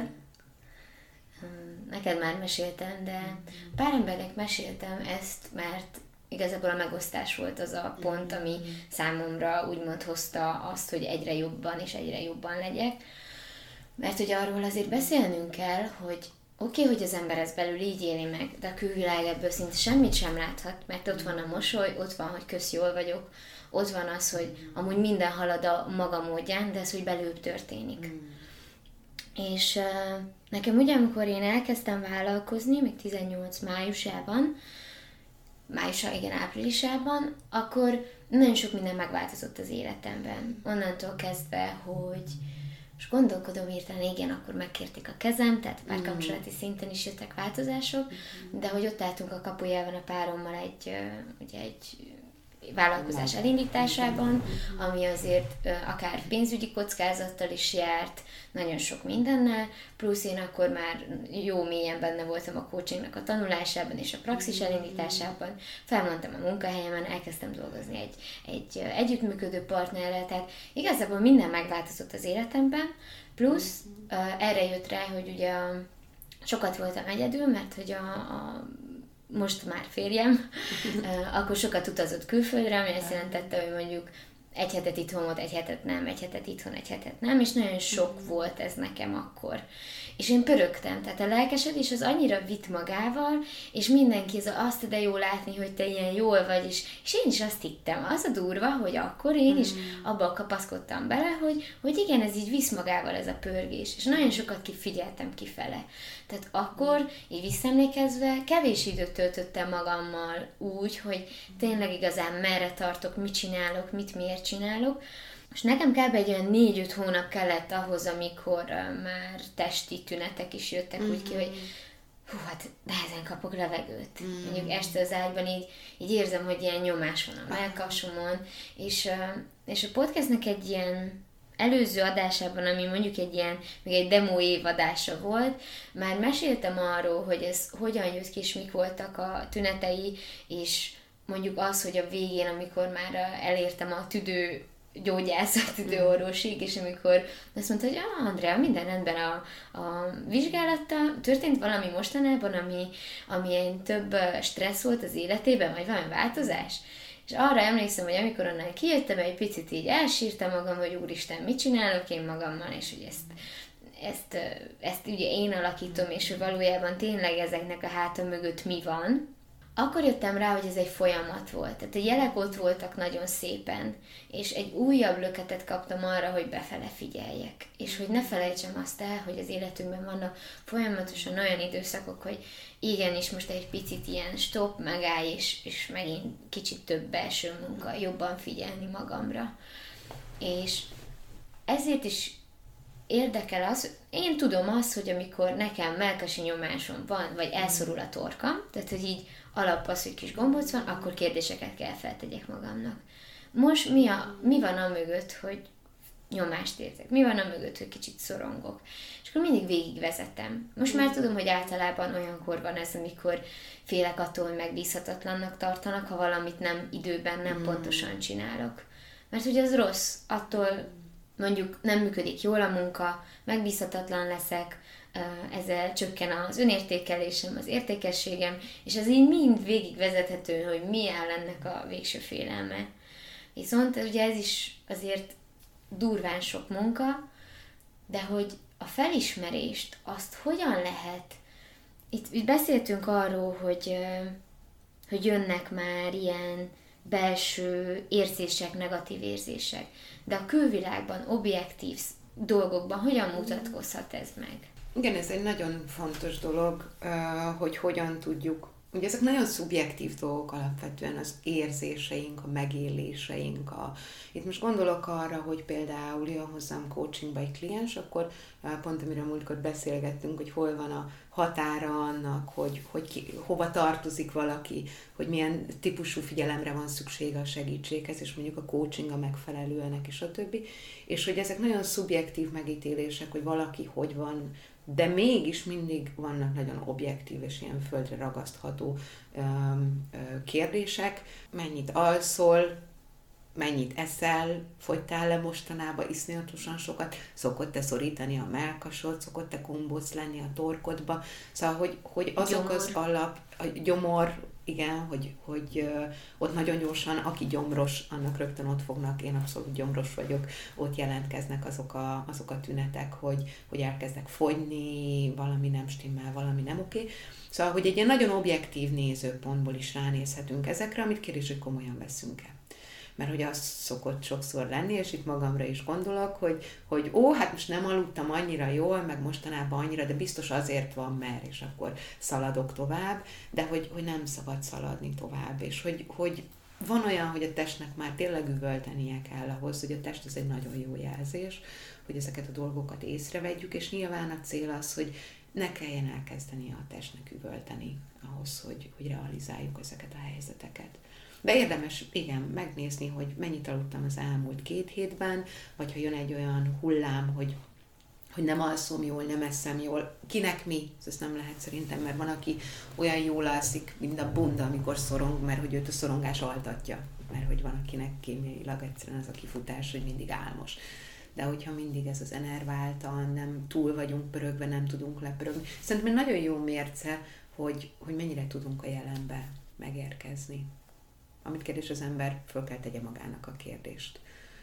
Neked már meséltem, de pár embernek meséltem ezt, mert igazából a megosztás volt az a pont, ami számomra úgymond hozta azt, hogy egyre jobban és egyre jobban legyek. Mert ugye arról azért beszélnünk kell, hogy oké, okay, hogy az ember ezt belül így éli meg, de a külvilág ebből szinte semmit sem láthat, mert ott van a mosoly, ott van, hogy kösz jól vagyok, ott van az, hogy amúgy minden halad a maga módján, de ez, hogy belül történik. Mm. És uh, nekem ugye, amikor én elkezdtem vállalkozni, még tizennyolc májusában, májusra, igen, áprilisában, akkor nagyon sok minden megváltozott az életemben. Onnantól kezdve, hogy most gondolkodom hirtelen, igen, akkor megkérték a kezem, tehát párkapcsolati szinten is jöttek változások, de hogy ott álltunk a kapujában a párommal egy, ugye egy vállalkozás elindításában, ami azért akár pénzügyi kockázattal is járt, nagyon sok mindennel, plusz én akkor már jó mélyen benne voltam a coachingnak a tanulásában és a praxis elindításában, felmondtam a munkahelyemen, elkezdtem dolgozni egy, egy együttműködő partnerrel, tehát igazából minden megváltozott az életemben, plusz erre jött rá, hogy ugye sokat voltam egyedül, mert hogy a, a most már férjem, akkor sokat utazott külföldre, ami azt jelentette, hogy mondjuk egy hetet itthon volt, egy hetet nem, egy hetet itthon, egy hetet nem, és nagyon sok volt ez nekem akkor. És én pörögtem, tehát a lelkesedés az annyira vitt magával, és mindenki az azt, de jó látni, hogy te ilyen jól vagy, és, és én is azt hittem. Az a durva, hogy akkor én is abban kapaszkodtam bele, hogy, hogy igen, ez így visz magával ez a pörgés, és nagyon sokat kifigyeltem kifele. Tehát akkor, így visszaemlékezve, kevés időt töltöttem magammal úgy, hogy tényleg igazán merre tartok, mit csinálok, mit miért csinálok. És nekem kb. Egy olyan négy-öt hónap kellett ahhoz, amikor uh, már testi tünetek is jöttek mm-hmm. úgy ki, hogy hú, hát nehezen kapok levegőt. Mm-hmm. Mondjuk este az ágyban így, így érzem, hogy ilyen nyomás van a mellkasomon, és, uh, és a podcastnek egy ilyen előző adásában, ami mondjuk egy ilyen, még egy demo évadása volt, már meséltem arról, hogy ez hogyan jött ki, és mik voltak a tünetei, és mondjuk az, hogy a végén, amikor már elértem a tüdő gyógyászat, tüdőorvosig, és amikor azt mondta, hogy ah, Andrea, minden rendben a, a vizsgálattal, történt valami mostanában, ami, ami ilyen több stressz volt az életében, vagy valami változás? És arra emlékszem, hogy amikor onnan kijöttem, egy picit így elsírtam magam, hogy úristen, mit csinálok én magammal, és hogy ezt, ezt, ezt ugye én alakítom, és hogy valójában tényleg ezeknek a hátam mögött mi van. Akkor jöttem rá, hogy ez egy folyamat volt. Tehát a jelek ott voltak nagyon szépen, és egy újabb löketet kaptam arra, hogy befele figyeljek. És hogy ne felejtsem azt el, hogy az életünkben vannak folyamatosan olyan időszakok, hogy igenis most egy picit ilyen stop, megállj, és, és megint kicsit több belső munka, jobban figyelni magamra. És ezért is érdekel az, én tudom azt, hogy amikor nekem mellkasi nyomásom van, vagy elszorul a torkam, tehát hogy így alap az, hogy kis gombóc van, akkor kérdéseket kell feltegyek magamnak. Most mi, a, mi van a mögött, hogy nyomást érzek? Mi van a mögött, hogy kicsit szorongok? És akkor mindig végigvezetem. Most már tudom, hogy általában olyankor van ez, amikor félek attól, hogy megbízhatatlannak tartanak, ha valamit nem időben, nem pontosan csinálok. Mert ugye az rossz, attól mondjuk nem működik jól a munka, megbízhatatlan leszek, ezzel csökken az önértékelésem, az értékességem, és ez így mind végigvezethető, hogy mi áll ennek a végső félelme. Viszont ugye ez is azért durván sok munka, de hogy a felismerést, azt hogyan lehet, itt, itt beszéltünk arról, hogy hogy jönnek már ilyen belső érzések, negatív érzések. De a külvilágban, objektív dolgokban hogyan mutatkozhat ez meg? Igen, ez egy nagyon fontos dolog, hogy hogyan tudjuk. Ugye ezek nagyon szubjektív dolgok alapvetően, az érzéseink, a megéléseink. A... Itt most gondolok arra, hogy például jön hozzám coachingba egy kliens, akkor pont amiről múltkor beszélgettünk, hogy hol van a határa annak, hogy, hogy ki, hova tartozik valaki, hogy milyen típusú figyelemre van szüksége a segítséghez, és mondjuk a coaching a megfelelő ennek, és a többi. És hogy ezek nagyon szubjektív megítélések, hogy valaki hogy van, de mégis mindig vannak nagyon objektív és ilyen földre ragasztható öm, ö, kérdések. Mennyit alszol, mennyit eszel, fogytál le mostanában iszonyatosan sokat, szokott-e szorítani a mellkasod, szokott-e gombóc lenni a torkodba, szóval, hogy, hogy azok gyomor. Az alap, a gyomor, igen, hogy, hogy ö, ott nagyon gyorsan, aki gyomros, annak rögtön ott fognak, én abszolút gyomros vagyok, ott jelentkeznek azok a, azok a tünetek, hogy, hogy elkezdek fogyni, valami nem stimmel, valami nem oké. Szóval, hogy egy ilyen nagyon objektív nézőpontból is ránézhetünk ezekre, amit kérdés, hogy komolyan veszünk-e. Mert hogy az szokott sokszor lenni, és itt magamra is gondolok, hogy, hogy ó, hát most nem aludtam annyira jól, meg mostanában annyira, de biztos azért van, mert, és akkor szaladok tovább, de hogy, hogy nem szabad szaladni tovább, és hogy, hogy van olyan, hogy a testnek már tényleg üvöltenie kell ahhoz, hogy a test az egy nagyon jó jelzés, hogy ezeket a dolgokat észrevegyük, és nyilván a cél az, hogy ne kelljen elkezdeni a testnek üvölteni ahhoz, hogy, hogy realizáljuk ezeket a helyzeteket. De érdemes, igen, megnézni, hogy mennyit aludtam az elmúlt két hétben, vagy ha jön egy olyan hullám, hogy, hogy nem alszom jól, nem eszem jól. Kinek mi? Ezt nem lehet szerintem, mert van, aki olyan jól alszik, mint a bunda, amikor szorong, mert hogy őt a szorongás altatja. Mert hogy van, akinek kémiailag egyszerűen az a kifutás, hogy mindig álmos. De hogyha mindig ez az enerváltan, nem túl vagyunk pörögve, nem tudunk lepörögni. Szerintem nagyon jó mérce, hogy, hogy mennyire tudunk a jelenbe megérkezni. Amit kérdés az ember, föl kell tegye magának a kérdést.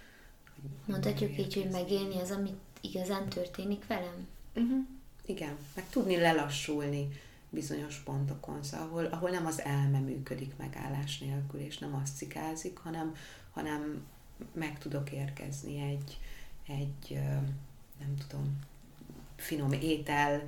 Mondhatjuk így, hogy megélni az, amit igazán történik velem? Uh-huh. Igen, meg tudni lelassulni bizonyos pontokon, szóval, ahol, ahol nem az elme működik megállás nélkül, és nem azt cikázik, hanem, hanem meg tudok érkezni egy, egy nem tudom, finom étel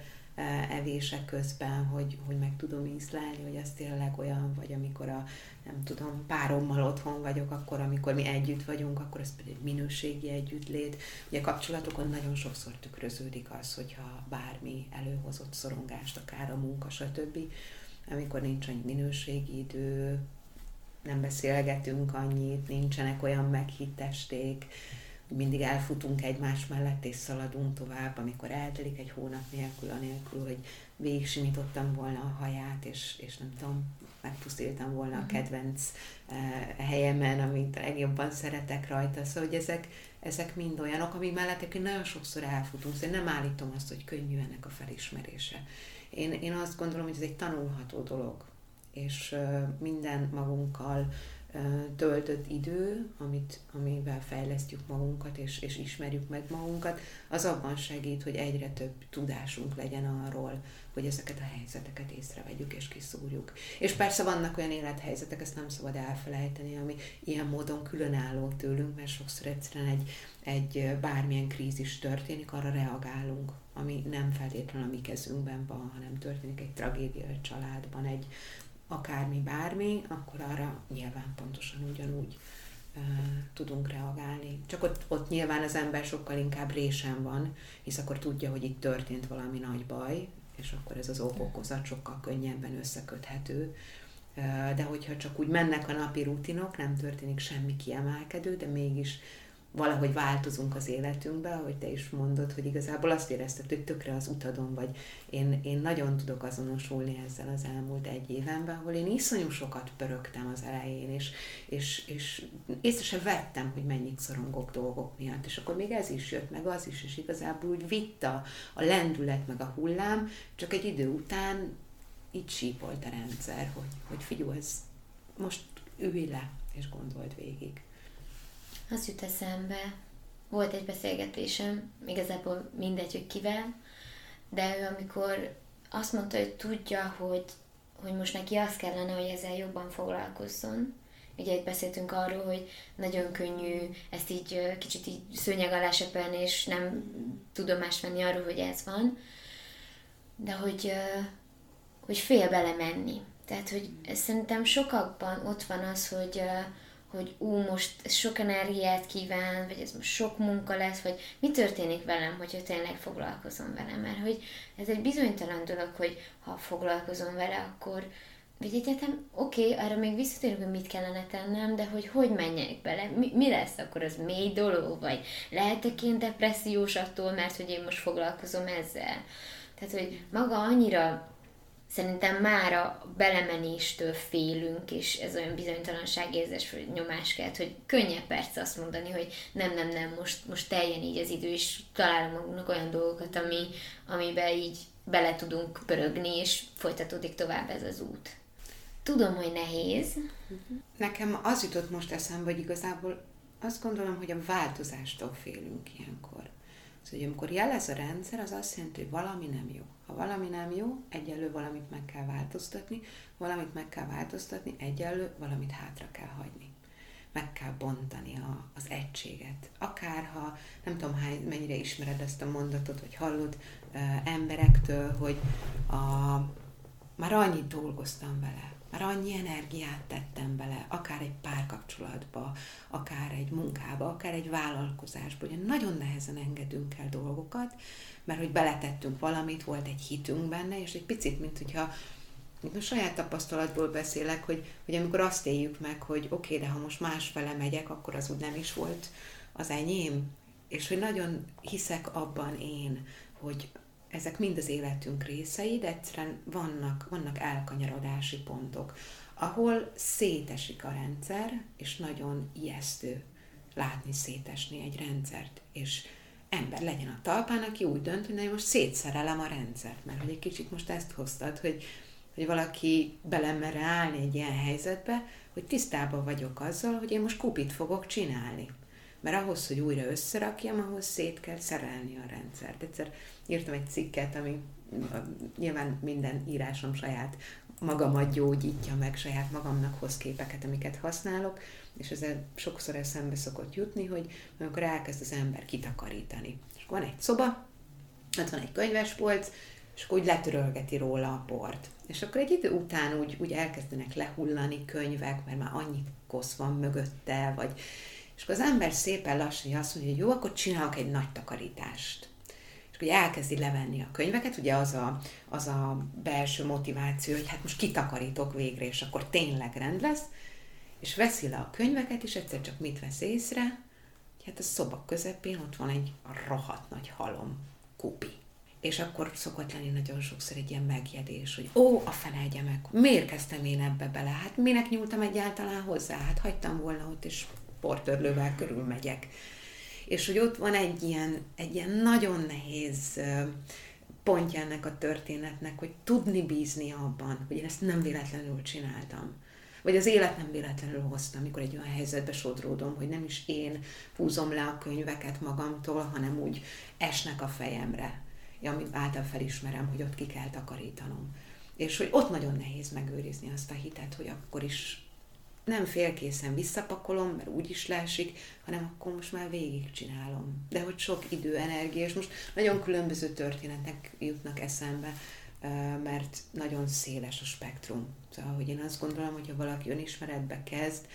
evések közben, hogy, hogy meg tudom ízlelni, hogy ez tényleg olyan, vagy amikor a, nem tudom, párommal otthon vagyok, akkor amikor mi együtt vagyunk, akkor ez pedig minőségi együttlét. Ugye kapcsolatokon nagyon sokszor tükröződik az, hogyha bármi előhozott szorongást, akár a munka, stb. Amikor nincs annyi minőségi idő, nem beszélgetünk annyit, nincsenek olyan meghitt esték, mindig elfutunk egymás mellett és szaladunk tovább, amikor eltelik egy hónap nélkül, anélkül, hogy végig simítottam volna a haját, és, és nem tudom, megpusztíltam volna a kedvenc uh, helyemen, amit legjobban szeretek rajta. Szóval, hogy ezek, ezek mind olyanok, ami mellett nagyon sokszor elfutunk, szóval nem állítom azt, hogy könnyű ennek a felismerése. Én, én azt gondolom, hogy ez egy tanulható dolog, és uh, minden magunkkal töltött idő, amit, amivel fejlesztjük magunkat, és, és ismerjük meg magunkat, az abban segít, hogy egyre több tudásunk legyen arról, hogy ezeket a helyzeteket észrevegyük és kiszúrjuk. És persze vannak olyan élethelyzetek, ezt nem szabad elfelejteni, ami ilyen módon különálló tőlünk, mert sokszor egyszerűen egy, egy bármilyen krízis történik, arra reagálunk, ami nem feltétlenül a mi kezünkben van, hanem történik egy tragédia egy családban, egy akármi, bármi, akkor arra nyilván pontosan ugyanúgy uh, tudunk reagálni. Csak ott, ott nyilván az ember sokkal inkább résen van, hisz akkor tudja, hogy itt történt valami nagy baj, és akkor ez az ok-okozat sokkal könnyebben összeköthető. Uh, de hogyha csak úgy mennek a napi rutinok, nem történik semmi kiemelkedő, de mégis valahogy változunk az életünkbe, ahogy te is mondod, hogy igazából azt érezted, hogy tökre az utadon vagy. Én, én nagyon tudok azonosulni ezzel az elmúlt egy évenben, ahol én iszonyú sokat pörögtem az elején, és, és, és észre sem vettem, hogy mennyit szorongok dolgok miatt, és akkor még ez is jött, meg az is, és igazából úgy vitt a, a lendület, meg a hullám, csak egy idő után így sípolt a rendszer, hogy, hogy figyelj, ez most ülj le, és gondold végig. Az jut eszembe, volt egy beszélgetésem, igazából mindegy, hogy kivel, de ő amikor azt mondta, hogy tudja, hogy, hogy most neki az kellene, hogy ezzel jobban foglalkozzon. Ugye itt beszéltünk arról, hogy nagyon könnyű ezt így kicsit így szőnyeg alá söpölni, és nem tudomást venni arról, hogy ez van. De hogy, hogy fél belemenni. Tehát, hogy szerintem sokakban ott van az, hogy, hogy ú, most ez sok energiát kíván, vagy ez most sok munka lesz, vagy mi történik velem, hogyha tényleg foglalkozom vele. Mert hogy ez egy bizonytalan dolog, hogy ha foglalkozom vele, akkor vagy egyetem, oké, okay, arra még visszatérünk, hogy mit kellene tennem, de hogy hogy menjek bele, mi, mi lesz akkor, az mély dolog, vagy lehetek én depressziós attól, mert hogy én most foglalkozom ezzel. Tehát, hogy maga annyira szerintem már a belemenéstől félünk, és ez olyan bizonytalanságérzés, vagy nyomás kelt, hogy könnyebb persze azt mondani, hogy nem, nem, nem, most, most teljen így az idő, és találunk magunknak olyan dolgokat, ami, amiben így bele tudunk pörögni, és folytatódik tovább ez az út. Tudom, hogy nehéz. Nekem az jutott most eszembe, hogy igazából azt gondolom, hogy a változástól félünk ilyenkor. Szóval, hogy amikor jelez a rendszer, az azt jelenti, hogy valami nem jó. Ha valami nem jó, egyelő valamit meg kell változtatni, valamit meg kell változtatni, egyelő valamit hátra kell hagyni. Meg kell bontani a, az egységet. Akárha, nem tudom, hány, mennyire ismered ezt a mondatot, vagy hallod uh, emberektől, hogy a, már annyit dolgoztam vele, már annyi energiát tettem bele, akár egy párkapcsolatba, akár egy munkába, akár egy vállalkozásba, hogy nagyon nehezen engedünk el dolgokat, mert hogy beletettünk valamit, volt egy hitünk benne, és egy picit, mint hogyha, mint a saját tapasztalatból beszélek, hogy, hogy amikor azt éljük meg, hogy oké, okay, de ha most másfele megyek, akkor az úgy nem is volt az enyém, és hogy nagyon hiszek abban én, hogy ezek mind az életünk részei, de egyszerűen vannak, vannak elkanyarodási pontok, ahol szétesik a rendszer, és nagyon ijesztő látni szétesni egy rendszert, és ember legyen a talpán, aki úgy dönt, hogy na, most szétszerelem a rendszert, mert hogy egy kicsit most ezt hoztad, hogy, hogy valaki belemer állni egy ilyen helyzetbe, hogy tisztában vagyok azzal, hogy én most kupit fogok csinálni. Mert ahhoz, hogy újra összerakjam, ahhoz szét kell szerelni a rendszert. Egyszer írtam egy cikket, ami nyilván minden írásom saját magamat gyógyítja meg, saját magamnak hoz képeket, amiket használok, és ezzel sokszor eszembe szokott jutni, hogy amikor elkezd az ember kitakarítani. És van egy szoba, ott van egy könyvespolc, és akkor úgy letörölgeti róla a port. És akkor egy idő után úgy, úgy elkezdenek lehullani könyvek, mert már annyi kosz van mögötte, vagy és akkor az ember szépen lassan azt mondja, hogy jó, akkor csinálok egy nagy takarítást. És akkor elkezdi levenni a könyveket, ugye az a, az a belső motiváció, hogy hát most kitakarítok végre, és akkor tényleg rend lesz, és veszi le a könyveket, és egyszer csak mit vesz észre, hogy hát a szoba közepén ott van egy rohadt nagy halom, kupi. És akkor szokott lenni nagyon sokszor egy ilyen megjedés, hogy ó, a fene meg, miért kezdtem én ebbe bele? Hát minek nyúltam egyáltalán hozzá? Hát hagytam volna ott, és portörlővel körülmegyek. És hogy ott van egy ilyen, egy ilyen nagyon nehéz pontja ennek a történetnek, hogy tudni bízni abban, hogy én ezt nem véletlenül csináltam. Vagy az élet nem véletlenül hozta, amikor egy olyan helyzetbe sodródom, hogy nem is én húzom le a könyveket magamtól, hanem úgy esnek a fejemre, ami által felismerem, hogy ott ki kell takarítanom. És hogy ott nagyon nehéz megőrizni azt a hitet, hogy akkor is nem félkészen visszapakolom, mert úgyis leesik, hanem akkor most már végigcsinálom. De hogy sok idő, energia, és most nagyon különböző történetek jutnak eszembe, mert nagyon széles a spektrum. Szóval, hogy én azt gondolom, hogyha valaki önismeretbe kezd,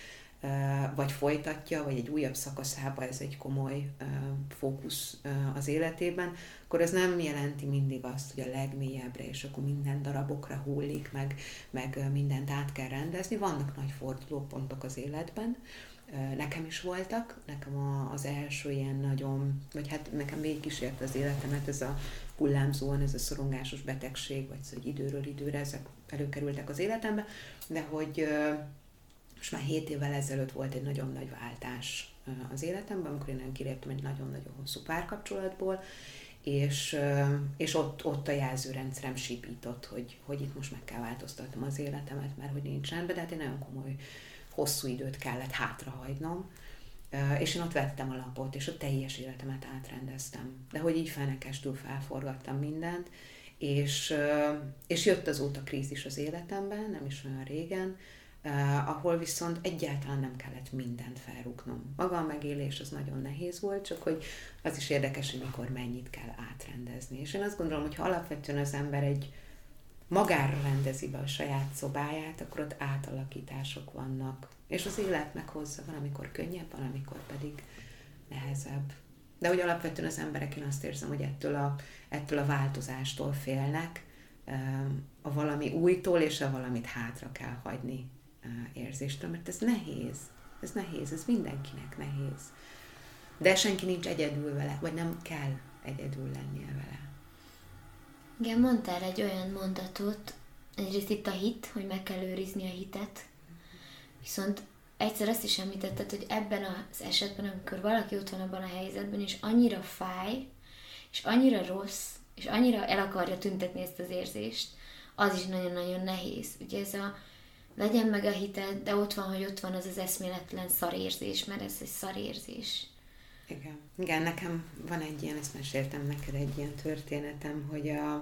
vagy folytatja, vagy egy újabb szakaszába ez egy komoly fókusz az életében, akkor ez nem jelenti mindig azt, hogy a legmélyebbre, és akkor minden darabokra hullik, meg, meg mindent át kell rendezni. Vannak nagy fordulópontok az életben, nekem is voltak, nekem az első ilyen nagyon, vagy hát nekem végigkísérte az életemet ez a hullámzóan, ez a szorongásos betegség, vagy szóval időről időre ezek előkerültek az életembe, de hogy most már hét évvel ezelőtt volt egy nagyon nagy váltás az életemben, amikor én kiléptem egy nagyon-nagyon hosszú párkapcsolatból, és, és ott, ott a jelzőrendszerem sípított, hogy, hogy itt most meg kell változtatnom az életemet, mert hogy nincs rendben, de hát én nagyon komoly, hosszú időt kellett hátrahagynom, és én ott vettem a lapot, és a teljes életemet átrendeztem. De hogy így fenekestül felforgattam mindent, És, és jött azóta krízis az életemben, nem is olyan régen, Uh, ahol viszont egyáltalán nem kellett mindent felrúgnom. Maga a megélés az nagyon nehéz volt, csak hogy az is érdekes, hogy mikor mennyit kell átrendezni. És én azt gondolom, hogy ha alapvetően az ember egy magára rendezi be a saját szobáját, akkor ott átalakítások vannak. És az élet meghozza, van, amikor könnyebb, van, amikor pedig nehezebb. De hogy alapvetően az emberek, én azt érzem, hogy ettől a, ettől a változástól félnek, a valami újtól és a valamit hátra kell hagyni érzéstől, mert ez nehéz. Ez nehéz, ez mindenkinek nehéz. De senki nincs egyedül vele, vagy nem kell egyedül lennie vele. Igen, mondtál egy olyan mondatot, egyrészt itt a hit, hogy meg kell őrizni a hitet, viszont egyszer azt is említetted, hogy ebben az esetben, amikor valaki ott van abban a helyzetben, és annyira fáj, és annyira rossz, és annyira el akarja tüntetni ezt az érzést, az is nagyon-nagyon nehéz. Ugye ez a legyen meg a hited, de ott van, hogy ott van az az eszméletlen szarérzés, mert ez egy szarérzés. Igen. Igen, nekem van egy ilyen, ezt meséltem neked egy ilyen történetem, hogy a,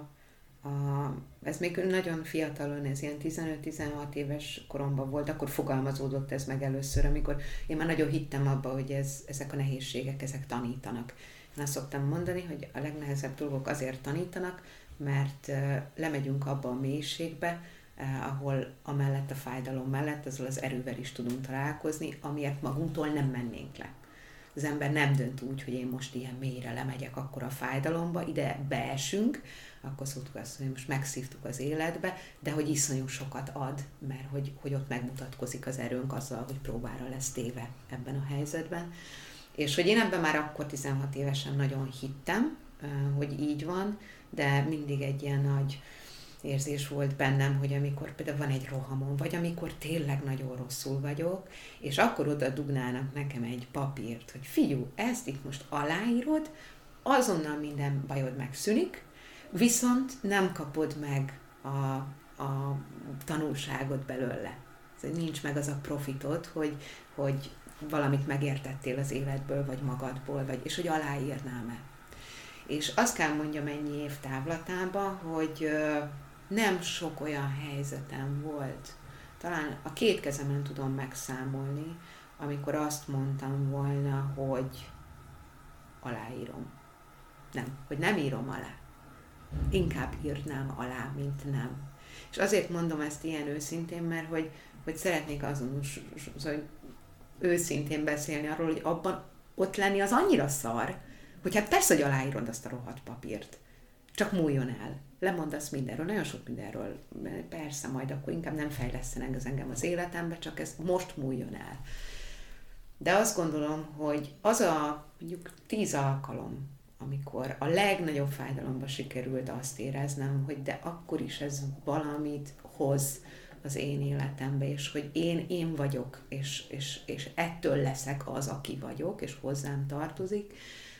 a, ez még nagyon fiatalon, ez ilyen tizenöt-tizenhat éves koromban volt, akkor fogalmazódott ez meg először, amikor én már nagyon hittem abba, hogy ez, ezek a nehézségek, ezek tanítanak. Én azt szoktam mondani, hogy a legnehezebb dolgok azért tanítanak, mert uh, lemegyünk abba a mélységbe, uh, ahol amellett a fájdalom mellett, azzal az erővel is tudunk találkozni, amiért magunktól nem mennénk le. Az ember nem dönt úgy, hogy én most ilyen mélyre lemegyek akkor a fájdalomba, ide beesünk, akkor szoktuk azt mondani, hogy most megszívtuk az életbe, de hogy iszonyú sokat ad, mert hogy, hogy ott megmutatkozik az erőnk azzal, hogy próbára lesz téve ebben a helyzetben. És hogy én ebben már akkor tizenhat évesen nagyon hittem, hogy így van, de mindig egy ilyen nagy érzés volt bennem, hogy amikor például van egy rohamom, vagy amikor tényleg nagyon rosszul vagyok, és akkor oda dugnának nekem egy papírt, hogy figyú, ezt itt most aláírod, azonnal minden bajod megszűnik, viszont nem kapod meg a, a tanulságot belőle. Szóval nincs meg az a profitod, hogy, hogy valamit megértettél az életből, vagy magadból, vagy, és hogy aláírnám-e. És azt kell mondjam ennyi év távlatában, hogy nem sok olyan helyzetem volt. Talán a két kezemen tudom megszámolni, amikor azt mondtam volna, hogy aláírom. Nem, hogy nem írom alá. Inkább írnám alá, mint nem. És azért mondom ezt ilyen őszintén, mert hogy, hogy szeretnék azonos, hogy őszintén beszélni arról, hogy abban ott lenni az annyira szar, hogy hát persze, hogy aláírod azt a rohadt papírt. Csak múljon el. Lemondasz mindenről, nagyon sok mindenről. Persze, majd akkor inkább nem fejlesztenek ez engem az életembe, csak ez most múljon el. De azt gondolom, hogy az a mondjuk tíz alkalom, amikor a legnagyobb fájdalomba sikerült azt éreznem, hogy de akkor is ez valamit hoz az én életembe, és hogy én én vagyok, és, és, és ettől leszek az, aki vagyok, és hozzám tartozik,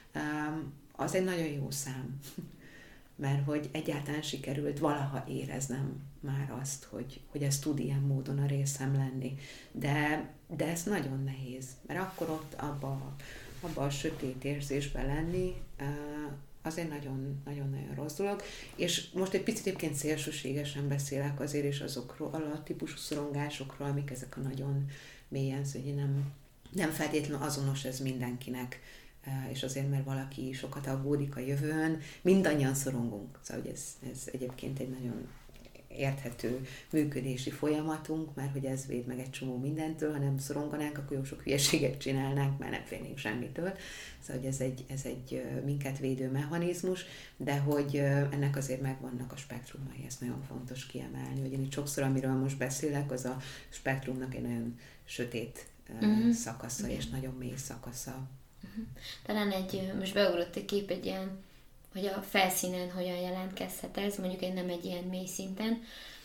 az egy nagyon jó szám. Mert hogy egyáltalán sikerült valaha éreznem már azt, hogy, hogy ez tud ilyen módon a részem lenni. De, de ez nagyon nehéz, mert akkor ott abba, abba a sötét érzésben lenni, az egy nagyon-nagyon rossz dolog. És most egy picit egyébként szélsőségesen beszélek azért is azokról a típusú szorongásokról, amik ezek a nagyon mélyen, hogy nem, nem feltétlenül azonos ez mindenkinek, és azért, mert valaki sokat aggódik a jövőn, mindannyian szorongunk. Szóval hogy ez, ez egyébként egy nagyon érthető működési folyamatunk, mert hogy ez véd meg egy csomó mindentől, ha nem szoronganánk, akkor jó sok hülyeséget csinálnánk, mert nem félnénk semmitől. Szóval hogy ez egy, ez egy minket védő mechanizmus, de hogy ennek azért megvannak a spektrumai, ezt nagyon fontos kiemelni, hogy én itt sokszor, amiről most beszélek, az a spektrumnak egy nagyon sötét uh-huh. szakasza, igen. És nagyon mély szakasza. Uh-huh. Talán egy, most beugrott egy kép egy ilyen, hogy a felszínen hogyan jelentkezhet ez, mondjuk egy nem egy ilyen mély szinten.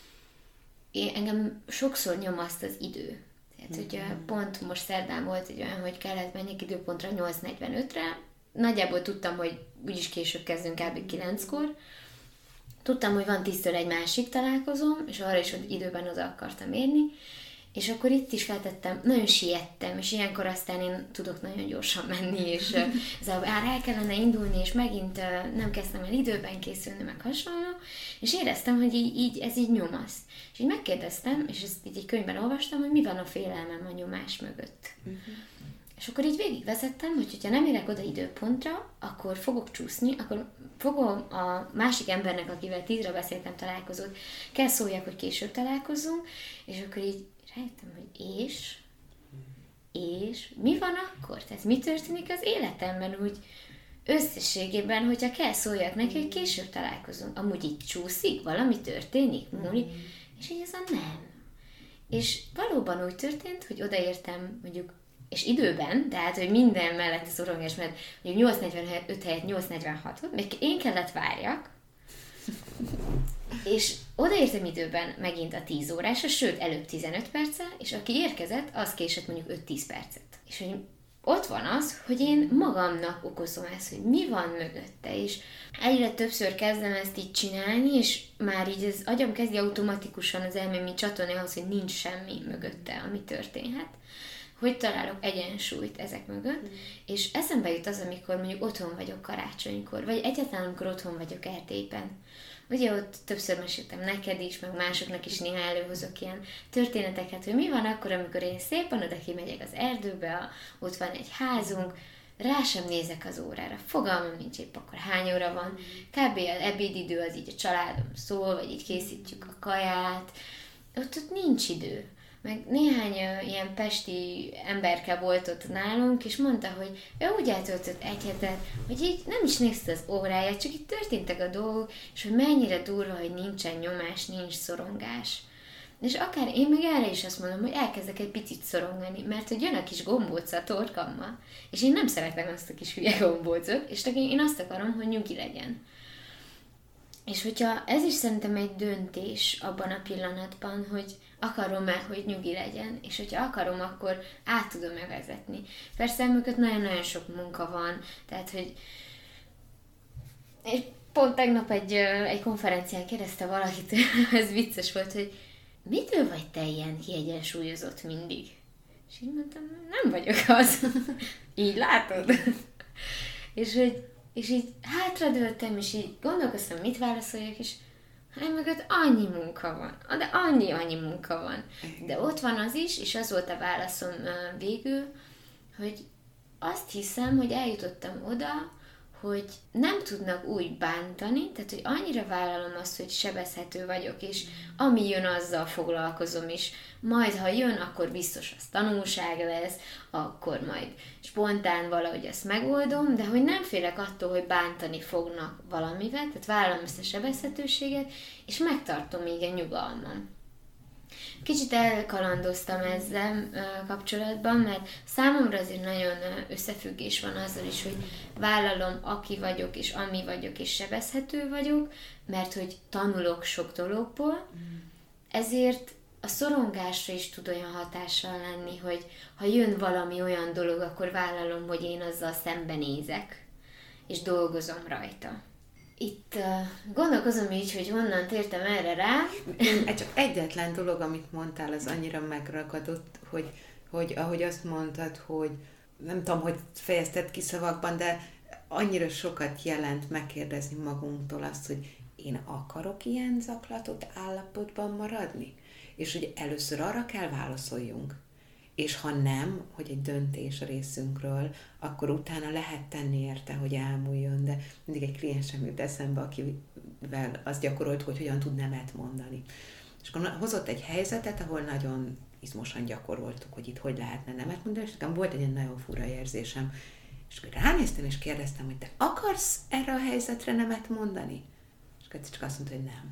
Én, engem sokszor nyomaszt az idő. Tehát, uh-huh. hogy pont most szerdán volt egy olyan, hogy kellett menjek időpontra nyolc negyvenötre, nagyjából tudtam, hogy úgyis később kezdünk kb. kilenckor. Tudtam, hogy van tíztől egy másik találkozom, és arra is, hogy időben oda akartam érni, És akkor itt is feltettem, nagyon siettem, és ilyenkor aztán én tudok nagyon gyorsan menni, és ez a, á, el kellene indulni, és megint nem kezdtem el időben készülni, meg hasonló, és éreztem, hogy így, így, ez így nyomaszt. És így megkérdeztem, és ezt így egy könyvben olvastam, hogy mi van a félelmem a nyomás mögött. Uh-huh. És akkor így végigvezettem, hogy ha nem érek oda időpontra, akkor fogok csúszni, akkor fogom a másik embernek, akivel tízre beszéltem találkozót, kell szóljak, hogy később találkozzunk, és akkor így rájöttem, hogy és, és mi van akkor? Tehát mi történik az életemben úgy összességében, hogyha kell szóljak neki, hogy később találkozunk. Amúgy így csúszik, valami történik, múlik, és így ez a nem. És valóban úgy történt, hogy odaértem mondjuk és időben, tehát, hogy minden mellett a szorongás, mert mondjuk nyolc negyvenöt helyett nyolc negyvenhatot, még én kellett várjak, és odaértem időben megint a tíz órásra, sőt, előbb tizenöt perccel, és aki érkezett, az késett mondjuk öt-tíz percet. És hogy ott van az, hogy én magamnak okozom ezt, hogy mi van mögötte, és egyre többször kezdem ezt így csinálni, és már így az agyam kezdi automatikusan az elmém így csatolni ahhoz, hogy nincs semmi mögötte, ami történhet. Hogy találok egyensúlyt ezek mögött, mm. és eszembe jut az, amikor mondjuk otthon vagyok karácsonykor, vagy egyáltalán amikor otthon vagyok Erdélyben. Ugye ott többször meséltem neked is, meg másoknak is néha előhozok ilyen történeteket, hogy mi van akkor, amikor én szépen oda kimegyek az erdőbe, a, ott van egy házunk, rá sem nézek az órára, fogalmam nincs épp akkor hány óra van, kb. Az ebédidő az így a családom szól, vagy így készítjük a kaját, ott, ott nincs idő. Meg néhány uh, ilyen pesti emberke volt ott nálunk, és mondta, hogy ő úgy eltöltött egy hetet, hogy így nem is nézte az óráját, csak itt történtek a dolgok, és hogy mennyire durva, hogy nincsen nyomás, nincs szorongás. És akár én meg erre is azt mondom, hogy elkezdek egy picit szorongani, mert hogy jön a kis gombóc a torkammal, és én nem szeretem azt a kis hülye gombócot, és én azt akarom, hogy nyugi legyen. És hogyha ez is szerintem egy döntés abban a pillanatban, hogy akarom-e, hogy nyugi legyen, és hogyha akarom, akkor át tudom-e vezetni. Persze mögött nagyon-nagyon sok munka van, tehát, hogy és pont tegnap egy, egy konferencián kérdezte valakit, ez vicces volt, hogy mitől vagy te ilyen kiegyensúlyozott mindig? És így mondtam, nem vagyok az. Így látod? és, hogy, és így hátradőltem, és így gondolkoztam, mit válaszoljak, és hát mögött annyi munka van, de annyi-annyi munka van. De ott van az is, és az volt a válaszom végül, hogy azt hiszem, hogy eljutottam oda, hogy nem tudnak úgy bántani, tehát hogy annyira vállalom azt, hogy sebezhető vagyok, és ami jön, azzal foglalkozom is. Majd, ha jön, akkor biztos az tanulság lesz, akkor majd spontán valahogy ezt megoldom, de hogy nem félek attól, hogy bántani fognak valamivel, tehát vállalom ezt a sebezhetőséget, és megtartom még a nyugalmam. Kicsit elkalandoztam ezzel kapcsolatban, mert számomra azért nagyon összefüggés van azzal is, hogy vállalom, aki vagyok, és ami vagyok, és sebezhető vagyok, mert hogy tanulok sok dologból, ezért a szorongásra is tud olyan hatással lenni, hogy ha jön valami olyan dolog, akkor vállalom, hogy én azzal szembenézek, és dolgozom rajta. Itt uh, gondolkozom így, hogy honnan tértem erre rá. Én, csak egyetlen dolog, amit mondtál, az annyira megragadott, hogy, hogy ahogy azt mondtad, hogy nem tudom, hogy fejezted ki szavakban, de annyira sokat jelent megkérdezni magunktól azt, hogy én akarok ilyen zaklatott állapotban maradni? És hogy először arra kell válaszoljunk. És ha nem, hogy egy döntés részünkről, akkor utána lehet tenni érte, hogy elmúljon, de mindig egy kliensem jut eszembe, akivel azt gyakorolt, hogy hogyan tud nemet mondani. És akkor hozott egy helyzetet, ahol nagyon izmosan gyakoroltuk, hogy itt hogy lehetne nemet mondani, és nekem volt egy ilyen nagyon fura érzésem. És akkor ránéztem, és kérdeztem, hogy te akarsz erre a helyzetre nemet mondani? És akkor csak azt mondta, hogy nem.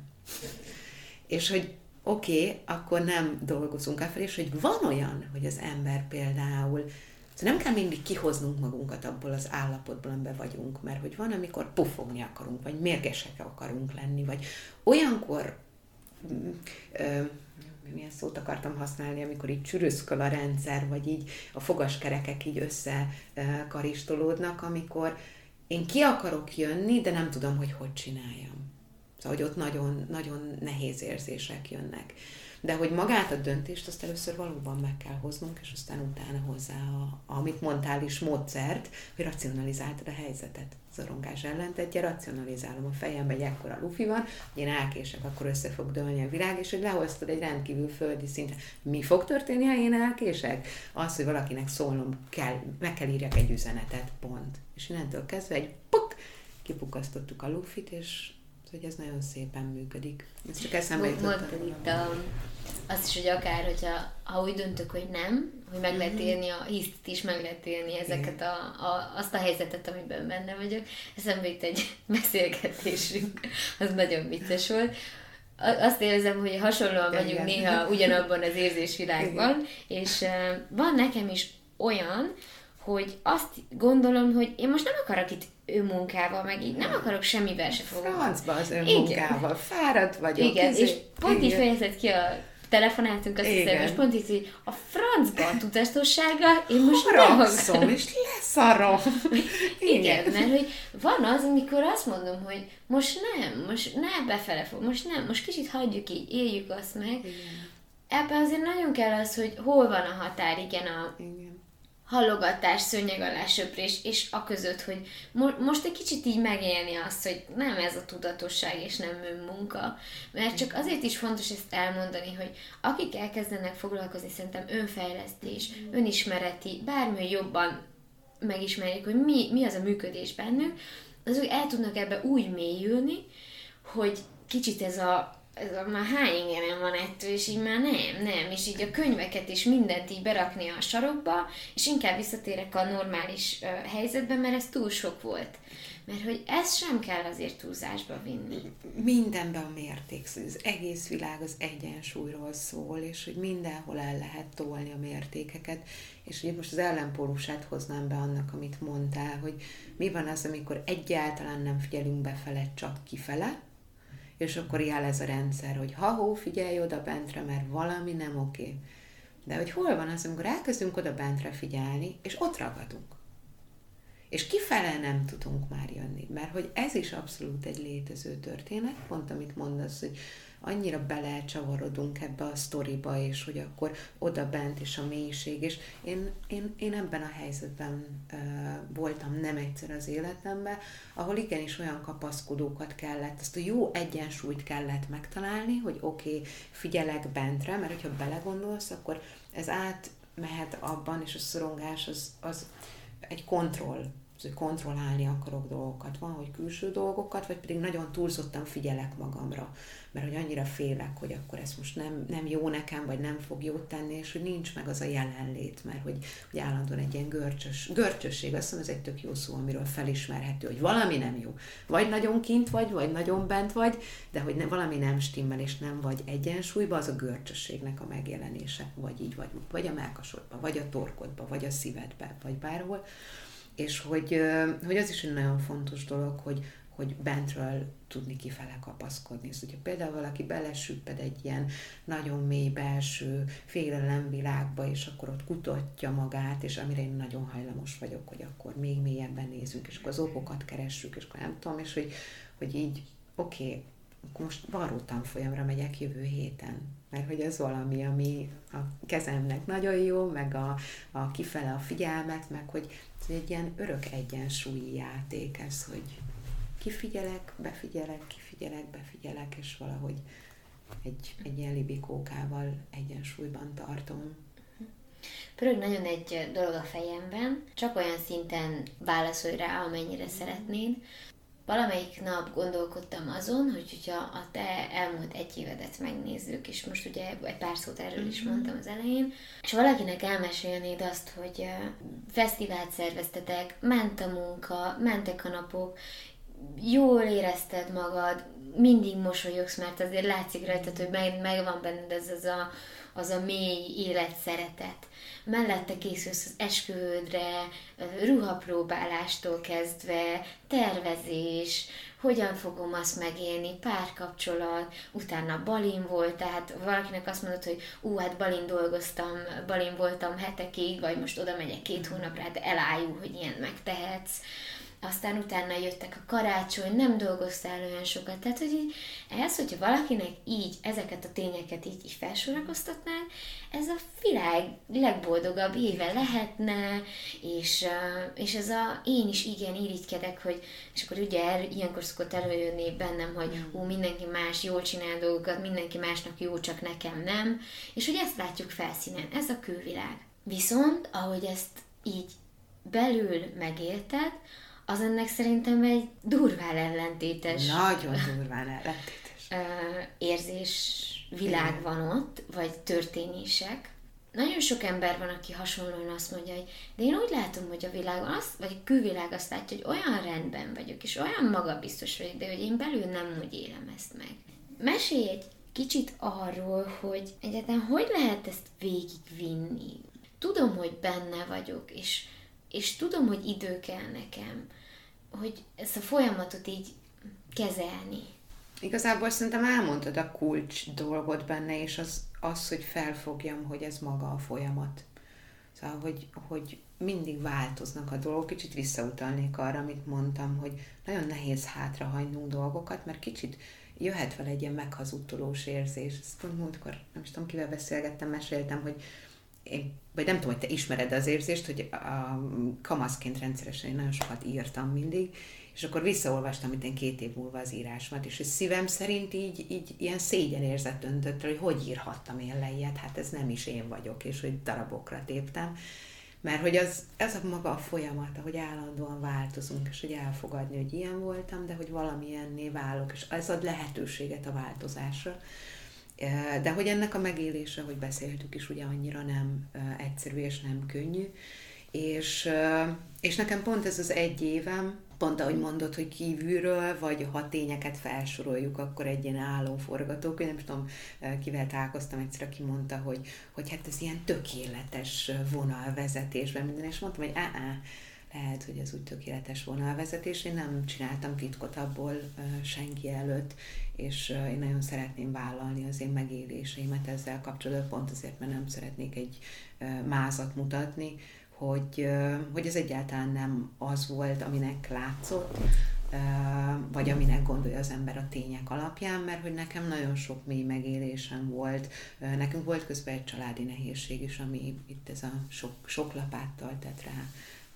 És hogy oké, okay, akkor nem dolgozunk el fel, és hogy van olyan, hogy az ember például, szóval nem kell mindig kihoznunk magunkat abból az állapotból, amiben vagyunk, mert hogy van, amikor pufogni akarunk, vagy mérgesek akarunk lenni, vagy olyankor, ö, milyen szót akartam használni, amikor így csürüszköl a rendszer, vagy így a fogaskerekek így összekaristolódnak, amikor én ki akarok jönni, de nem tudom, hogy hogy csináljam. Szóval, hogy ott nagyon, nagyon nehéz érzések jönnek. De hogy magát a döntést, azt először valóban meg kell hoznunk, és aztán utána hozzá, a, amit mondtál is, módszert, hogy racionalizáltad a helyzetet. Szorongás ellentetje, racionalizálom a fejembe, egy ekkora lufi van, hogy én elkések, akkor össze fog dőlni a világ, és hogy lehoztad egy rendkívül földi szintre. Mi fog történni, ha én elkések? Az, hogy valakinek szólnom kell, meg kell írjak egy üzenetet, pont. És innentől kezdve egy puk, kipukasztottuk a lufit, és hogy ez nagyon szépen működik. Ez csak eszembe jutott. Mondtad itt a, azt is, hogy akár, hogyha, ha úgy döntök, hogy nem, hogy meg lehet élni a hiszt is, meg lehet élni ezeket a, a, azt a helyzetet, amiben benne vagyok. Eszembe jut egy beszélgetésünk, az nagyon vicces volt. Azt érzem, hogy hasonlóan vagyunk igen. néha ugyanabban az érzésvilágban, igen. és uh, van nekem is olyan, hogy azt gondolom, hogy én most nem akarok itt önmunkával, meg így nem akarok semmivel se foglalkozni. Francba az önmunkával, fáradt vagyok. Igen, ezért, és pont igen. így fejezett ki a telefonáltunk, azt hiszem, és pont így, hogy a francba a tudatossággal én most haragszom, és leszarom. Igen, mert hogy van az, amikor azt mondom, hogy most nem, most ne befele fog, most nem, most kicsit hagyjuk így, éljük azt meg. Igen. Ebben azért nagyon kell az, hogy hol van a határ, igen, a igen. hallogatás, szőnyeg alá söprés, és a között, hogy mo- most egy kicsit így megélni azt, hogy nem ez a tudatosság, és nem önmunka. Mert csak azért is fontos ezt elmondani, hogy akik elkezdenek foglalkozni, szerintem önfejlesztés, önismereti, bármi jobban megismerjék, hogy mi, mi az a működés bennük, azok el tudnak ebbe úgy mélyülni, hogy kicsit ez a ez a, már hány ingerem van ettől, és így már nem, nem, és így a könyveket és mindent így berakni a sarokba, és inkább visszatérek a normális uh, helyzetbe, mert ez túl sok volt. Mert hogy ezt sem kell azért túlzásba vinni. Mindenben a mérték, az egész világ az egyensúlyról szól, és hogy mindenhol el lehet tolni a mértékeket, és hogy most az ellenpólusát hoznám be annak, amit mondtál, hogy mi van az, amikor egyáltalán nem figyelünk befele, csak kifele, és akkor jel ez a rendszer, hogy ha-hó, figyelj oda bentre, mert valami nem oké. De hogy hol van az, amikor elkezdünk oda bentre figyelni, és ott ragadunk. És kifele nem tudunk már jönni, mert hogy ez is abszolút egy létező történet, pont amit mondasz, hogy annyira belecsavarodunk ebbe a sztoriba, és hogy akkor oda bent is a mélység, és én, én, én ebben a helyzetben uh, voltam nem egyszer az életemben, ahol igenis olyan kapaszkodókat kellett, azt a jó egyensúlyt kellett megtalálni, hogy oké, okay, figyelek bentre, mert hogyha belegondolsz, akkor ez átmehet abban, és a szorongás az, az egy kontroll, hogy kontrollálni akarok dolgokat. Van, hogy külső dolgokat, vagy pedig nagyon túlzottan figyelek magamra, mert hogy annyira félek, hogy akkor ez most nem, nem jó nekem, vagy nem fog jót tenni, és hogy nincs meg az a jelenlét, mert hogy, hogy állandóan egy ilyen görcsös, görcsösség, azt hiszem, ez egy tök jó szó, amiről felismerhető, hogy valami nem jó. Vagy nagyon kint vagy, vagy nagyon bent vagy, de hogy ne, valami nem stimmel, és nem vagy egyensúlyban, az a görcsösségnek a megjelenése, vagy így vagy, vagy a mellkasodban, vagy a torkodban, vagy a szívedben, vagy bárhol. És hogy, hogy az is egy nagyon fontos dolog, hogy, hogy bentről tudni kifele kapaszkodni. Szóval, hogyha például valaki belesüpped egy ilyen nagyon mély belső félelemvilágba, és akkor ott kutatja magát, és amire én nagyon hajlamos vagyok, hogy akkor még mélyebben nézzünk, és akkor az okokat keressük, és akkor nem tudom, és hogy, hogy így, oké, okay, akkor most varró tanfolyamra megyek jövő héten, mert hogy ez valami, ami a kezemnek nagyon jó, meg a, a kifele a figyelmet, meg hogy ez egy ilyen örök egyensúlyi játék ez, hogy kifigyelek, befigyelek, kifigyelek, befigyelek, és valahogy egy, egy ilyen libikókával egyensúlyban tartom. Pörög nagyon egy dolog a fejemben, csak olyan szinten válaszolj rá, amennyire szeretnéd. Valamelyik nap gondolkodtam azon, hogy hogyha a te elmúlt egy évedet megnézzük, és most ugye egy pár szót erről is mondtam az elején, és valakinek elmesélnéd azt, hogy fesztivált szerveztetek, ment a munka, mentek a napok, jól érezted magad, mindig mosolyogsz, mert azért látszik rajtad, hogy meg, megvan benned ez az a, az a mély életszeretet. Mellette készülsz az esküvődre, ruhapróbálástól kezdve, tervezés, hogyan fogom azt megélni, párkapcsolat, utána Balin volt, tehát valakinek azt mondod, hogy ú, hát Balin dolgoztam, Balin voltam hetekig, vagy most oda megyek két hónapra, de elájul, hogy ilyen megtehetsz. aztán utána jöttek a karácsony, nem dolgoztál olyan sokat. Tehát, hogy így, ehhez, hogyha valakinek így ezeket a tényeket így, így felsorakoztatnál, ez a világ legboldogabb éve lehetne, és, és ez a én is igen irigykedek, hogy, és akkor ugye el, ilyenkor szokott előjönni bennem, hogy ú, mindenki más jól csinál dolgokat, mindenki másnak jó, csak nekem nem, és hogy ezt látjuk felszínen, ez a külvilág. Viszont, ahogy ezt így belül megélted, az ennek szerintem egy durván ellentétes... Nagyon durván ellentétes. érzés világ van ott, vagy történések. Nagyon sok ember van, aki hasonlóan azt mondja, hogy de én úgy látom, hogy a világon, azt, vagy a külvilág azt látja, hogy olyan rendben vagyok, és olyan magabiztos vagyok, de hogy én belül nem úgy élem ezt meg. Mesélj egy kicsit arról, hogy egyáltalán hogy lehet ezt végigvinni. Tudom, hogy benne vagyok, és, és tudom, hogy idő kell nekem, hogy ezt a folyamatot így kezelni. Igazából szerintem elmondtad a kulcs dolgot benne, és az, az, hogy felfogjam, hogy ez maga a folyamat. Szóval, hogy, hogy mindig változnak a dolgok, kicsit visszautalnék arra, amit mondtam, hogy nagyon nehéz hátrahagynunk dolgokat, mert kicsit jöhet vele egy ilyen meghazudtolós érzés. Ezt pont múltkor, nem is tudom, kivel beszélgettem, meséltem, hogy én, vagy nem tudom, hogy te ismered az érzést, hogy a kamaszként rendszeresen én nagyon sokat írtam mindig, és akkor visszaolvastam, mint én két év múlva az írásomat, és a szívem szerint így, így ilyen szégyenérzet öntött, hogy hogy írhattam én le ilyet, hát ez nem is én vagyok, és hogy darabokra téptem. Mert hogy az, ez a maga a folyamat, hogy állandóan változunk, és hogy elfogadni, hogy ilyen voltam, de hogy valamilyenné válok, és ez ad lehetőséget a változásra. De hogy ennek a megélése, hogy beszéltük is, ugye annyira nem egyszerű és nem könnyű. És, és nekem pont ez az egy évem, pont ahogy mondod, hogy kívülről, vagy ha tényeket felsoroljuk, akkor egy ilyen álomforgatókönyv, nem tudom, kivel találkoztam egyszer, aki mondta, hogy, hogy hát ez ilyen tökéletes vonalvezetésben minden, és mondtam, hogy á, lehet, hogy ez úgy tökéletes vonalvezetés, én nem csináltam titkot abból senki előtt, és én nagyon szeretném vállalni az én megéléseimet ezzel kapcsolatban, pont azért, mert nem szeretnék egy mázat mutatni, hogy, hogy ez egyáltalán nem az volt, aminek látszott, vagy aminek gondolja az ember a tények alapján, mert hogy nekem nagyon sok mély megélésem volt. Nekünk volt közben egy családi nehézség is, ami itt ez a sok, sok lapáttal tett rá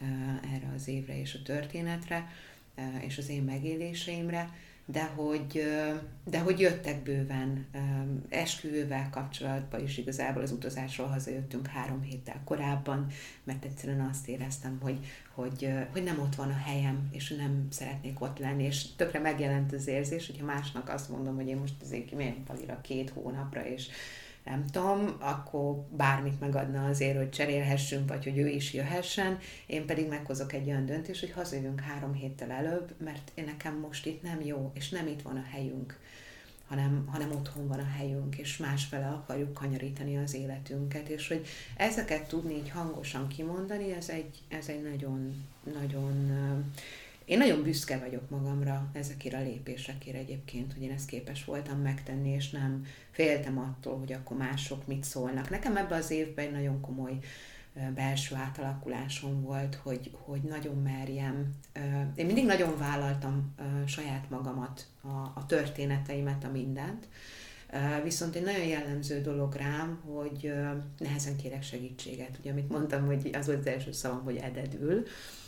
erre az évre és a történetre, és az én megéléseimre, de hogy, de hogy jöttek bőven esküvővel kapcsolatban is, igazából az utazásról hazajöttünk három héttel korábban, mert egyszerűen azt éreztem, hogy, hogy, hogy nem ott van a helyem, és nem szeretnék ott lenni, és tökre megjelent az érzés, hogyha másnak azt mondom, hogy én most azért kimegyek Palira két hónapra, és nem tudom, akkor bármit megadna azért, hogy cserélhessünk, vagy hogy ő is jöhessen, én pedig meghozok egy olyan döntést, hogy hazajövünk három héttel előbb, mert én nekem most itt nem jó, és nem itt van a helyünk, hanem, hanem otthon van a helyünk, és másfele akarjuk kanyarítani az életünket, és hogy ezeket tudni így hangosan kimondani, ez egy, ez egy nagyon, nagyon... Én nagyon büszke vagyok magamra ezekére a lépésekére egyébként, hogy én ezt képes voltam megtenni, és nem féltem attól, hogy akkor mások mit szólnak. Nekem ebben az évben egy nagyon komoly belső átalakulásom volt, hogy, hogy nagyon merjem. Én mindig nagyon vállaltam saját magamat, a, a történeteimet, a mindent, viszont egy nagyon jellemző dolog rám, hogy nehezen kérek segítséget. Ugye, amit mondtam, hogy az volt az első szavam, hogy ededül,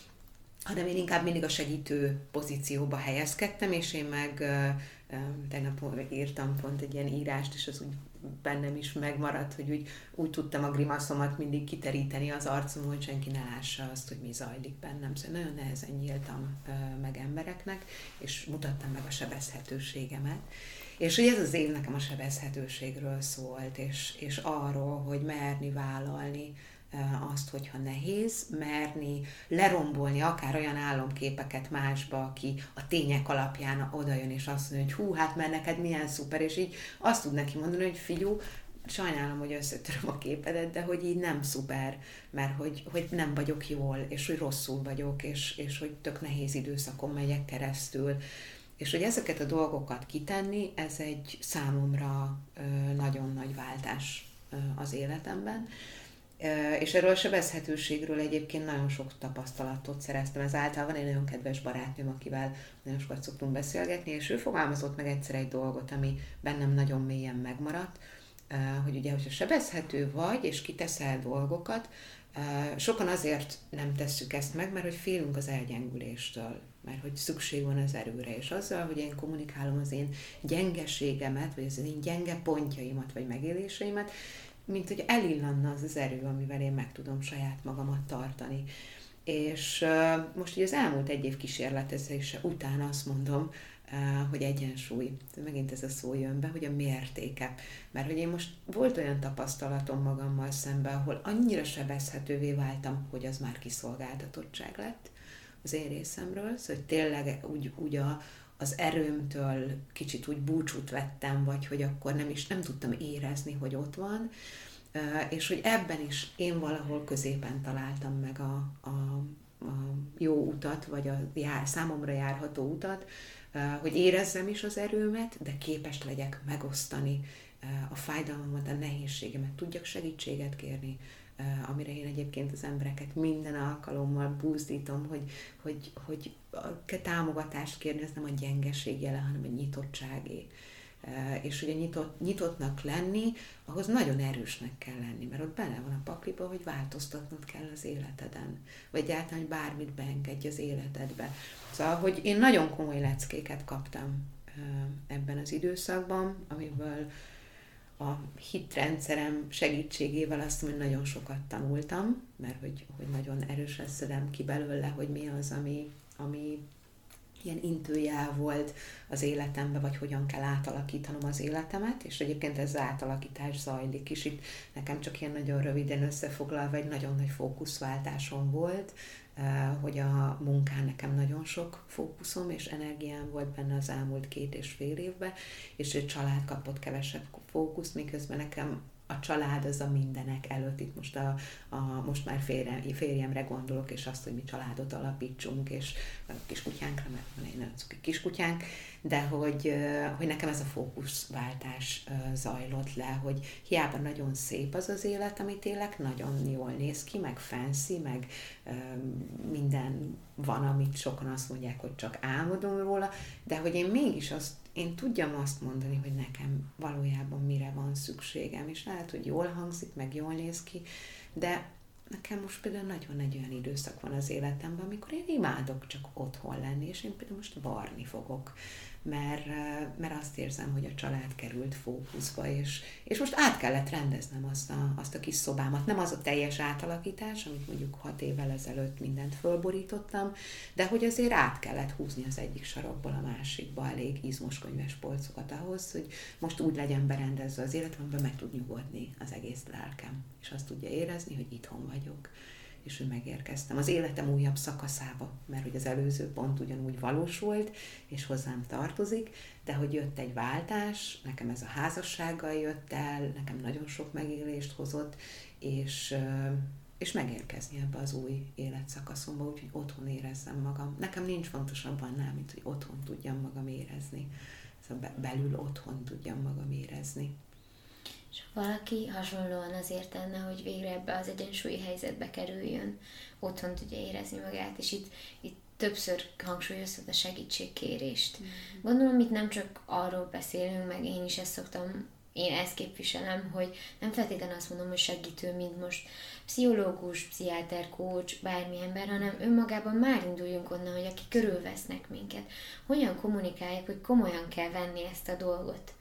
hanem én inkább mindig a segítő pozícióba helyezkedtem, és én meg uh, tegnap írtam pont egy ilyen írást, és az úgy bennem is megmaradt, hogy úgy, úgy tudtam a grimaszomat mindig kiteríteni az arcom, hogy senki ne lássa azt, hogy mi zajlik bennem. Szóval nagyon nehezen nyíltam uh, meg embereknek, és mutattam meg a sebezhetőségemet. És hogy ez az év nekem a sebezhetőségről szólt, és, és arról, hogy merni vállalni azt, hogyha nehéz, merni lerombolni akár olyan álomképeket másba, aki a tények alapján odajön és azt mondja, hogy hú, hát mert neked milyen szuper, és így azt tud neki mondani, hogy figyú, sajnálom, hogy összetöröm a képedet, de hogy így nem szuper, mert hogy, hogy nem vagyok jól, és hogy rosszul vagyok, és, és hogy tök nehéz időszakon megyek keresztül. És hogy ezeket a dolgokat kitenni, ez egy számomra ö, nagyon nagy váltás ö, az életemben. És erről a sebezhetőségről egyébként nagyon sok tapasztalatot szereztem. Ezáltal van egy nagyon kedves barátnőm, akivel nagyon sokat szoktunk beszélgetni, és ő fogalmazott meg egyszer egy dolgot, ami bennem nagyon mélyen megmaradt, hogy ugye, hogyha sebezhető vagy, és kiteszel dolgokat, sokan azért nem tesszük ezt meg, mert hogy félünk az elgyengüléstől, mert hogy szükség van az erőre, és azzal, hogy én kommunikálom az én gyengeségemet, vagy az én gyenge pontjaimat, vagy megéléseimet, mint hogy elillanna az az erő, amivel én meg tudom saját magamat tartani. És uh, most ugye az elmúlt egy év kísérletezése után azt mondom, uh, hogy egyensúly, megint ez a szó jön be, hogy a mértéke. Mert hogy én most volt olyan tapasztalatom magammal szemben, ahol annyira sebezhetővé váltam, hogy az már kiszolgáltatottság lett az én részemről, szóval hogy tényleg úgy, úgy a, az erőmtől kicsit úgy búcsút vettem, vagy hogy akkor nem is nem tudtam érezni, hogy ott van, és hogy ebben is én valahol középen találtam meg a, a, a jó utat, vagy a jár, számomra járható utat, hogy érezzem is az erőmet, de képes legyek megosztani a fájdalmamat, a nehézségemet, tudjak segítséget kérni, amire én egyébként az embereket minden alkalommal buzdítom, hogy, hogy, hogy a támogatást kérni, ez nem a gyengeség jele, hanem a nyitottságé. És ugye nyitott, nyitottnak lenni, ahhoz nagyon erősnek kell lenni, mert ott benne van a pakliba, hogy változtatnod kell az életeden, vagy egyáltalán, hogy bármit beengedj az életedbe. Szóval, hogy én nagyon komoly leckéket kaptam ebben az időszakban, amiből a hitrendszerem segítségével azt mondom, hogy nagyon sokat tanultam, mert hogy, hogy nagyon erősen szedem ki belőle, hogy mi az, ami, ami ilyen intőjel volt az életemben, vagy hogyan kell átalakítanom az életemet, és egyébként ez az átalakítás zajlik is. Itt nekem csak ilyen nagyon röviden összefoglalva egy nagyon nagy fókuszváltásom volt, hogy a munkán nekem nagyon sok fókuszom és energiám volt benne az elmúlt két és fél évben, és a család kapott kevesebb fókuszt, miközben nekem a család az a mindenek előtt. Itt most, a, a, most már férjem, férjemre gondolok, és azt, hogy mi családot alapítsunk, és a kiskutyánkra, mert van egy nagyon cuki kiskutyánk, de hogy, hogy nekem ez a fókuszváltás zajlott le, hogy hiába nagyon szép az az élet, amit élek, nagyon jól néz ki, meg fancy, meg minden van, amit sokan azt mondják, hogy csak álmodom róla, de hogy én mégis azt én tudjam azt mondani, hogy nekem valójában mire van szükségem, és lehet, hogy jól hangzik, meg jól néz ki, de nekem most például nagyon egy olyan időszak van az életemben, amikor én imádok csak otthon lenni, és én például most varni fogok, mert, mert azt érzem, hogy a család került fókuszba, és, és most át kellett rendeznem azt a, azt a kis szobámat. Nem az a teljes átalakítás, amit mondjuk hat évvel ezelőtt mindent fölborítottam, de hogy azért át kellett húzni az egyik sarokból a másikba elég izmos könyves polcokat ahhoz, hogy most úgy legyen berendezve az életem, amiben meg tud nyugodni az egész lelkem, és azt tudja érezni, hogy itthon vagyok, és hogy megérkeztem az életem újabb szakaszába, mert hogy az előző pont ugyanúgy valósult, és hozzám tartozik, de hogy jött egy váltás, nekem ez a házassággal jött el, nekem nagyon sok megélést hozott, és, és megérkezni ebbe az új életszakaszomba, úgyhogy otthon érezzem magam. Nekem nincs fontosabb annál, mint hogy otthon tudjam magam érezni. Szóval belül otthon tudjam magam érezni. És valaki hasonlóan azért tenne, hogy végre ebbe az egyensúlyi helyzetbe kerüljön, otthon tudja érezni magát, és itt, itt többször hangsúlyoztad a segítségkérést. Mm-hmm. Gondolom, itt nem csak arról beszélünk, meg én is ezt szoktam, én ezt képviselem, hogy nem feltétlenül azt mondom, hogy segítő, mint most pszichológus, pszichiáter, coach, bármi ember, hanem önmagában már induljunk onnan, hogy aki körülvesznek minket, hogyan kommunikálják, hogy komolyan kell venni ezt a dolgot.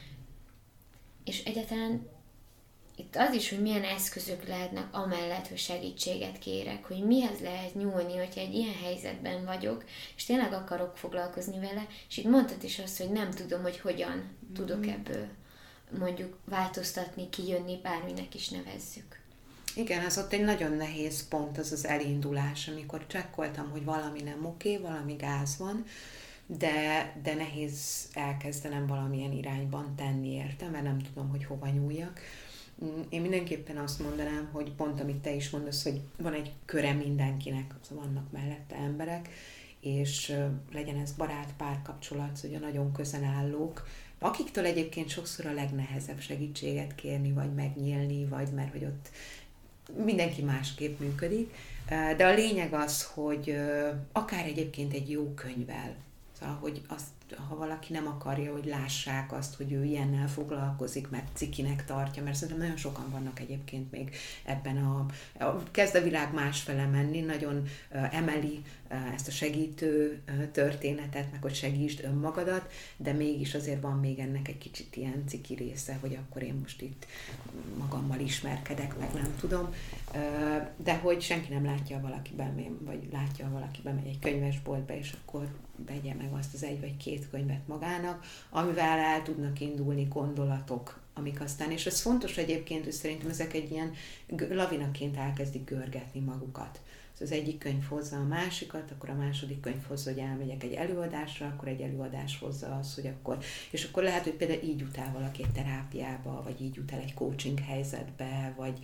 És egyáltalán itt az is, hogy milyen eszközök lehetnek amellett, hogy segítséget kérek, hogy mihez lehet nyúlni, hogyha egy ilyen helyzetben vagyok, és tényleg akarok foglalkozni vele, és itt mondtad is azt, hogy nem tudom, hogy hogyan mm-hmm. tudok ebből mondjuk változtatni, kijönni, bárminek is nevezzük. Igen, az ott egy nagyon nehéz pont, az az elindulás, amikor csekkoltam, hogy valami nem oké, valami gáz van, De, de nehéz elkezdenem valamilyen irányban tenni érte, mert nem tudom, hogy hova nyúljak. Én mindenképpen azt mondanám, hogy pont amit te is mondasz, hogy van egy köre mindenkinek, vannak mellette emberek, és legyen ez barát, párkapcsolat, hogy a nagyon közel állók, akiktől egyébként sokszor a legnehezebb segítséget kérni, vagy megnyílni, vagy mert hogy ott mindenki másképp működik, de a lényeg az, hogy akár egyébként egy jó könyvvel, szóval, hogy azt, ha valaki nem akarja, hogy lássák azt, hogy ő ilyennel foglalkozik, mert cikinek tartja, mert szerintem nagyon sokan vannak egyébként még ebben a... a kezd a világ másfele menni, nagyon uh, emeli uh, ezt a segítő uh, történetet, meg hogy segítsd önmagadat, de mégis azért van még ennek egy kicsit ilyen ciki része, hogy akkor én most itt magammal ismerkedek, meg nem tudom, uh, de hogy senki nem látja valakiben, vagy látja valakiben megy egy könyvesboltba, és akkor vegye meg azt az egy vagy két könyvet magának, amivel el tudnak indulni gondolatok, amik aztán, és ez fontos egyébként, hogy szerintem ezek egy ilyen lavinaként elkezdik görgetni magukat. Az egyik könyv hozza a másikat, akkor a második könyv hozza, hogy elmegyek egy előadásra, akkor egy előadás hozza az, hogy akkor, és akkor lehet, hogy például így jut el valaki egy terápiába, vagy így jut el egy coaching helyzetbe, vagy,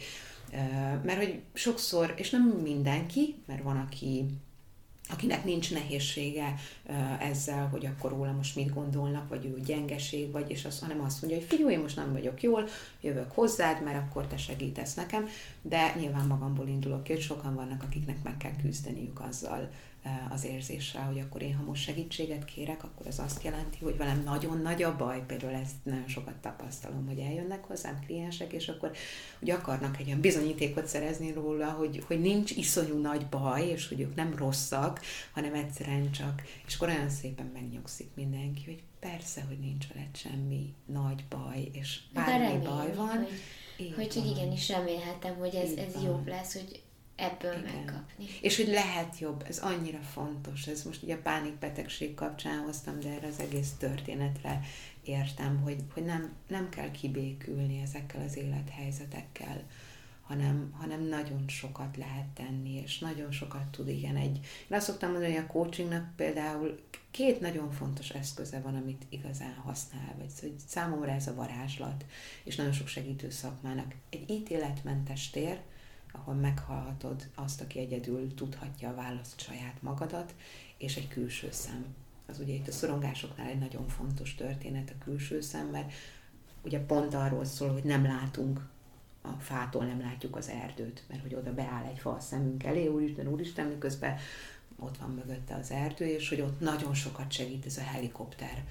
mert hogy sokszor, és nem mindenki, mert van, aki akinek nincs nehézsége uh, ezzel, hogy akkor róla most mit gondolnak, vagy ő gyengeség, vagy, és az, hanem azt mondja, hogy figyelj, én most nem vagyok jól, jövök hozzád, mert akkor te segítesz nekem, de nyilván magamból indulok ki, hogy sokan vannak, akiknek meg kell küzdeniük azzal uh, az érzéssel, hogy akkor én, ha most segítséget kérek, akkor ez azt jelenti, hogy velem nagyon nagy a baj, például ezt nagyon sokat tapasztalom, hogy eljönnek hozzám kliensek, és akkor hogy akarnak egy olyan bizonyítékot szerezni róla, hogy, hogy nincs iszonyú nagy baj, és hogy ők nem rosszak, hanem egyszerűen csak, és akkor olyan szépen megnyugszik mindenki, hogy persze, hogy nincs veled semmi nagy baj, és bármi baj van. Hogy, hogy, hogy igenis remélhetem, hogy ez, ez jobb lesz, hogy ebből igen. megkapni. És hogy lehet jobb, ez annyira fontos. Ez most ugye a pánikbetegség kapcsán hoztam, de erre az egész történetre értem, hogy, hogy nem, nem kell kibékülni ezekkel az élethelyzetekkel, hanem, hanem nagyon sokat lehet tenni, és nagyon sokat tud, igen, egy... Én azt szoktam mondani, hogy a coachingnak például két nagyon fontos eszköze van, amit igazán használ, vagy hogy számomra ez a varázslat, és nagyon sok segítő szakmának. Egy ítéletmentes tér, ahol meghallhatod azt, aki egyedül tudhatja a választ saját magadat, és egy külső szem. Az ugye itt a szorongásoknál egy nagyon fontos történet a külső szem, mert ugye pont arról szól, hogy nem látunk a fától, nem látjuk az erdőt, mert hogy oda beáll egy fa a szemünk elé, úristen, úristen, miközben ott van mögötte az erdő, és hogy ott nagyon sokat segít ez a helikopter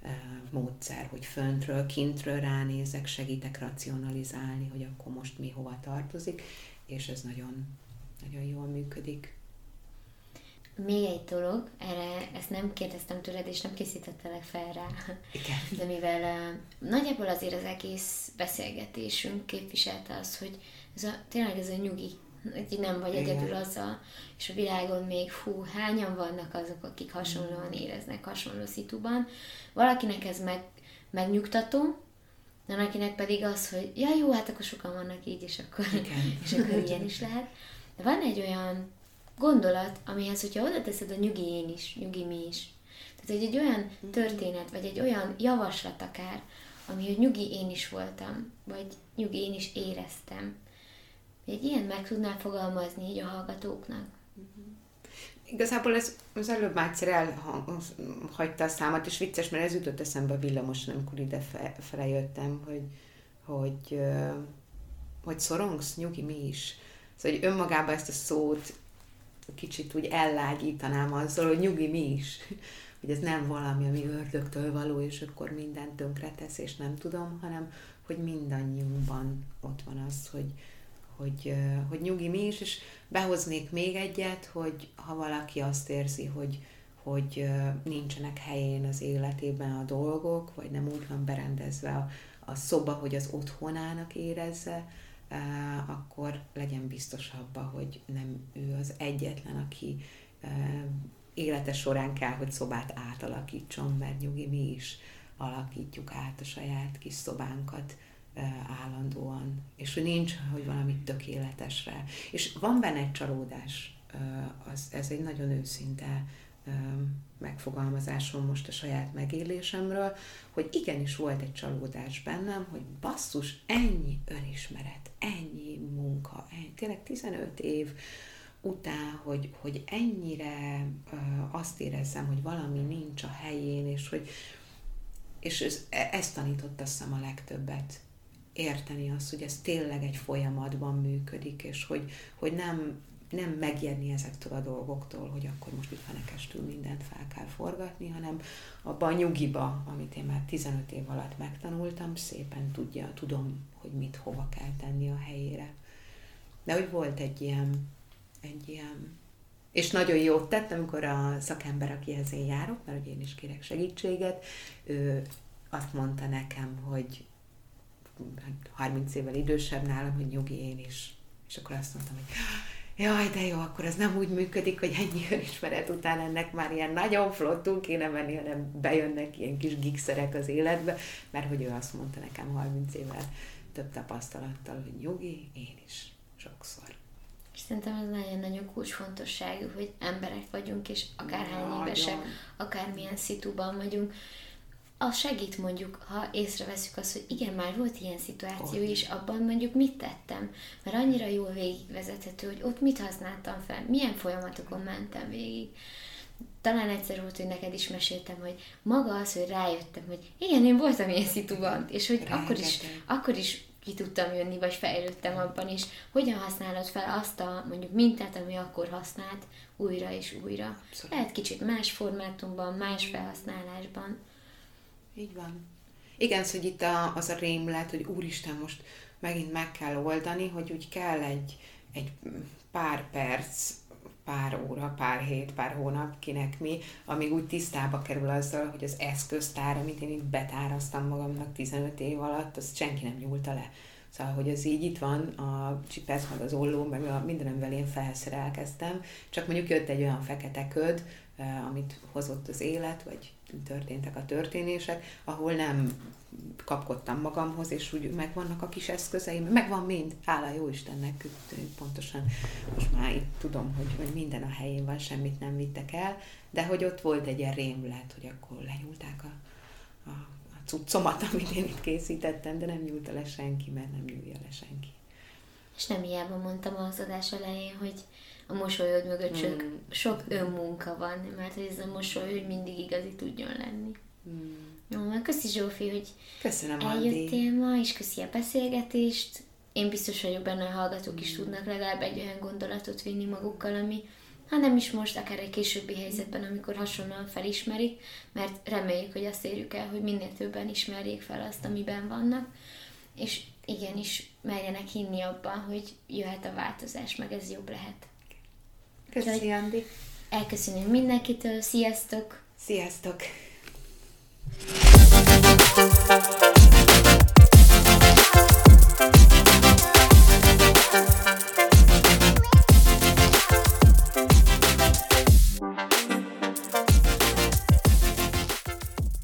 módszer, hogy föntről, kintről ránézek, segítek racionalizálni, hogy akkor most mi hova tartozik, és ez nagyon, nagyon jól működik. Még egy dolog, erre ezt nem kérdeztem tőled, és nem készítettelek fel rá. Igen. De mivel uh, nagyjából azért az egész beszélgetésünk képviselte az, hogy ez a, tényleg ez a nyugi, hogy nem vagy igen. egyedül azzal, és a világon még hú, hányan vannak azok, akik hasonlóan éreznek, hasonló szituban. Valakinek ez meg, megnyugtató, de valakinek pedig az, hogy ja jó, hát akkor sokan vannak így, és akkor, és akkor ilyen is lehet. De van egy olyan gondolat, amihez, hogyha oda teszed a nyugi én is, nyugi mi is. Tehát, hogy egy olyan történet, vagy egy olyan javaslat akár, ami, hogy nyugi én is voltam, vagy nyugi én is éreztem. Egy ilyen meg tudnál fogalmazni így a hallgatóknak? Igazából ez az előbb már egyszer elhagyta a számat, és vicces, mert ez jutott eszembe a villamoson, amikor ide fe, fele jöttem, hogy, hogy, hogy szorongsz, nyugi mi is. Szóval, hogy önmagában ezt a szót kicsit úgy ellágyítanám azzal, hogy nyugi mi is. Hogy ez nem valami, ami ördögtől való, és akkor mindent tönkretesz, és nem tudom, hanem hogy mindannyiunkban ott van az, hogy, hogy, hogy nyugi mi is, és behoznék még egyet, hogy ha valaki azt érzi, hogy, hogy nincsenek helyén az életében a dolgok, vagy nem úgy van berendezve a, a szoba, hogy az otthonának érezze, akkor legyen biztos abban, hogy nem ő az egyetlen, aki élete során kell, hogy szobát átalakítson, mert nyugi mi is alakítjuk át a saját kis szobánkat állandóan, és hogy nincs, hogy valami tökéletesre. És van benne egy csalódás, az, ez egy nagyon őszinte megfogalmazásom most a saját megélésemről, hogy igenis volt egy csalódás bennem, hogy basszus, ennyi önismeret, ennyi munka, ennyi, tényleg tizenöt év után, hogy, hogy ennyire uh, azt érezzem, hogy valami nincs a helyén, és hogy és ez, ezt tanított azt hiszem a legtöbbet érteni azt, hogy ez tényleg egy folyamatban működik, és hogy, hogy nem, nem megijedni ezektől a dolgoktól, hogy akkor most itt fenekestül mindent fel kell forgatni, hanem abban a nyugiba, amit én már tizenöt év alatt megtanultam, szépen tudja, tudom, hogy mit hova kell tenni a helyére. De hogy volt egy ilyen, egy ilyen, és nagyon jót tett, amikor a szakember, akihez én járok, mert hogy én is kérek segítséget, ő azt mondta nekem, hogy harminc évvel idősebb nálam, hogy nyugi, én is. És akkor azt mondtam, hogy jaj, de jó, akkor ez nem úgy működik, hogy ennyi önismeret után ennek már ilyen nagyon flottul kéne menni, hanem bejönnek ilyen kis gigszerek az életbe, mert hogy ő azt mondta nekem harminc évvel több tapasztalattal, hogy nyugi, én is sokszor. És szerintem ez nagyon-nagyon kulcsfontosságú, hogy emberek vagyunk, és akárhány évesek, akármilyen szituban vagyunk, az segít mondjuk, ha észreveszünk azt, hogy igen, már volt ilyen szituáció is, abban mondjuk mit tettem, mert annyira jól végigvezethető, hogy ott mit használtam fel, milyen folyamatokon mentem végig. Talán egyszer volt, hogy neked is meséltem, hogy maga az, hogy rájöttem, hogy igen, én voltam ilyen szituban, és hogy akkor is, akkor is ki tudtam jönni, vagy fejlődtem abban is, hogyan használod fel azt a mondjuk mintát, ami akkor használt újra és újra. Abszolút. Lehet kicsit más formátumban, más felhasználásban. Így van. Igen, szóval itt a, az a rémület, hogy úristen, most megint meg kell oldani, hogy úgy kell egy, egy pár perc, pár óra, pár hét, pár hónap, kinek mi, amíg úgy tisztába kerül azzal, hogy az eszköztár, amit én itt betáraztam magamnak tizenöt év alatt, azt senki nem nyúlta le. Szóval, hogy az így itt van, a csipesz, meg az olló, meg a minden, amivel én felszerelkeztem, csak mondjuk jött egy olyan fekete köd, amit hozott az élet, vagy történtek a történések, ahol nem kapkodtam magamhoz, és úgy megvannak a kis eszközeim, megvan mind, hála jó Istennek, pontosan most már itt tudom, hogy, hogy minden a helyén van, semmit nem vittek el, de hogy ott volt egy ilyen rémület, hogy akkor lenyúlták a, a, a cuccomat, amit én itt készítettem, de nem nyúlta le senki, mert nem nyúlja le senki. És nem hiába mondtam az adás elején, hogy a mosolyod mögött sok, mm. sok önmunka van, mert ez a mosoly, hogy mindig igazi tudjon lenni. Mm. Jó, köszi Zsófi, hogy Köszönöm, eljöttél Andi. Ma, és köszi a beszélgetést. Én biztos vagyok benne, a hallgatók mm. is tudnak legalább egy olyan gondolatot vinni magukkal, ami, ha nem is most, akár egy későbbi helyzetben, amikor hasonlóan felismerik, mert reméljük, hogy azt érjük el, hogy minél többen ismerjék fel azt, amiben vannak, és igenis merjenek hinni abban, hogy jöhet a változás, meg ez jobb lehet. Köszi, Andi. Elköszönünk mindenkitől, sziasztok! Sziasztok!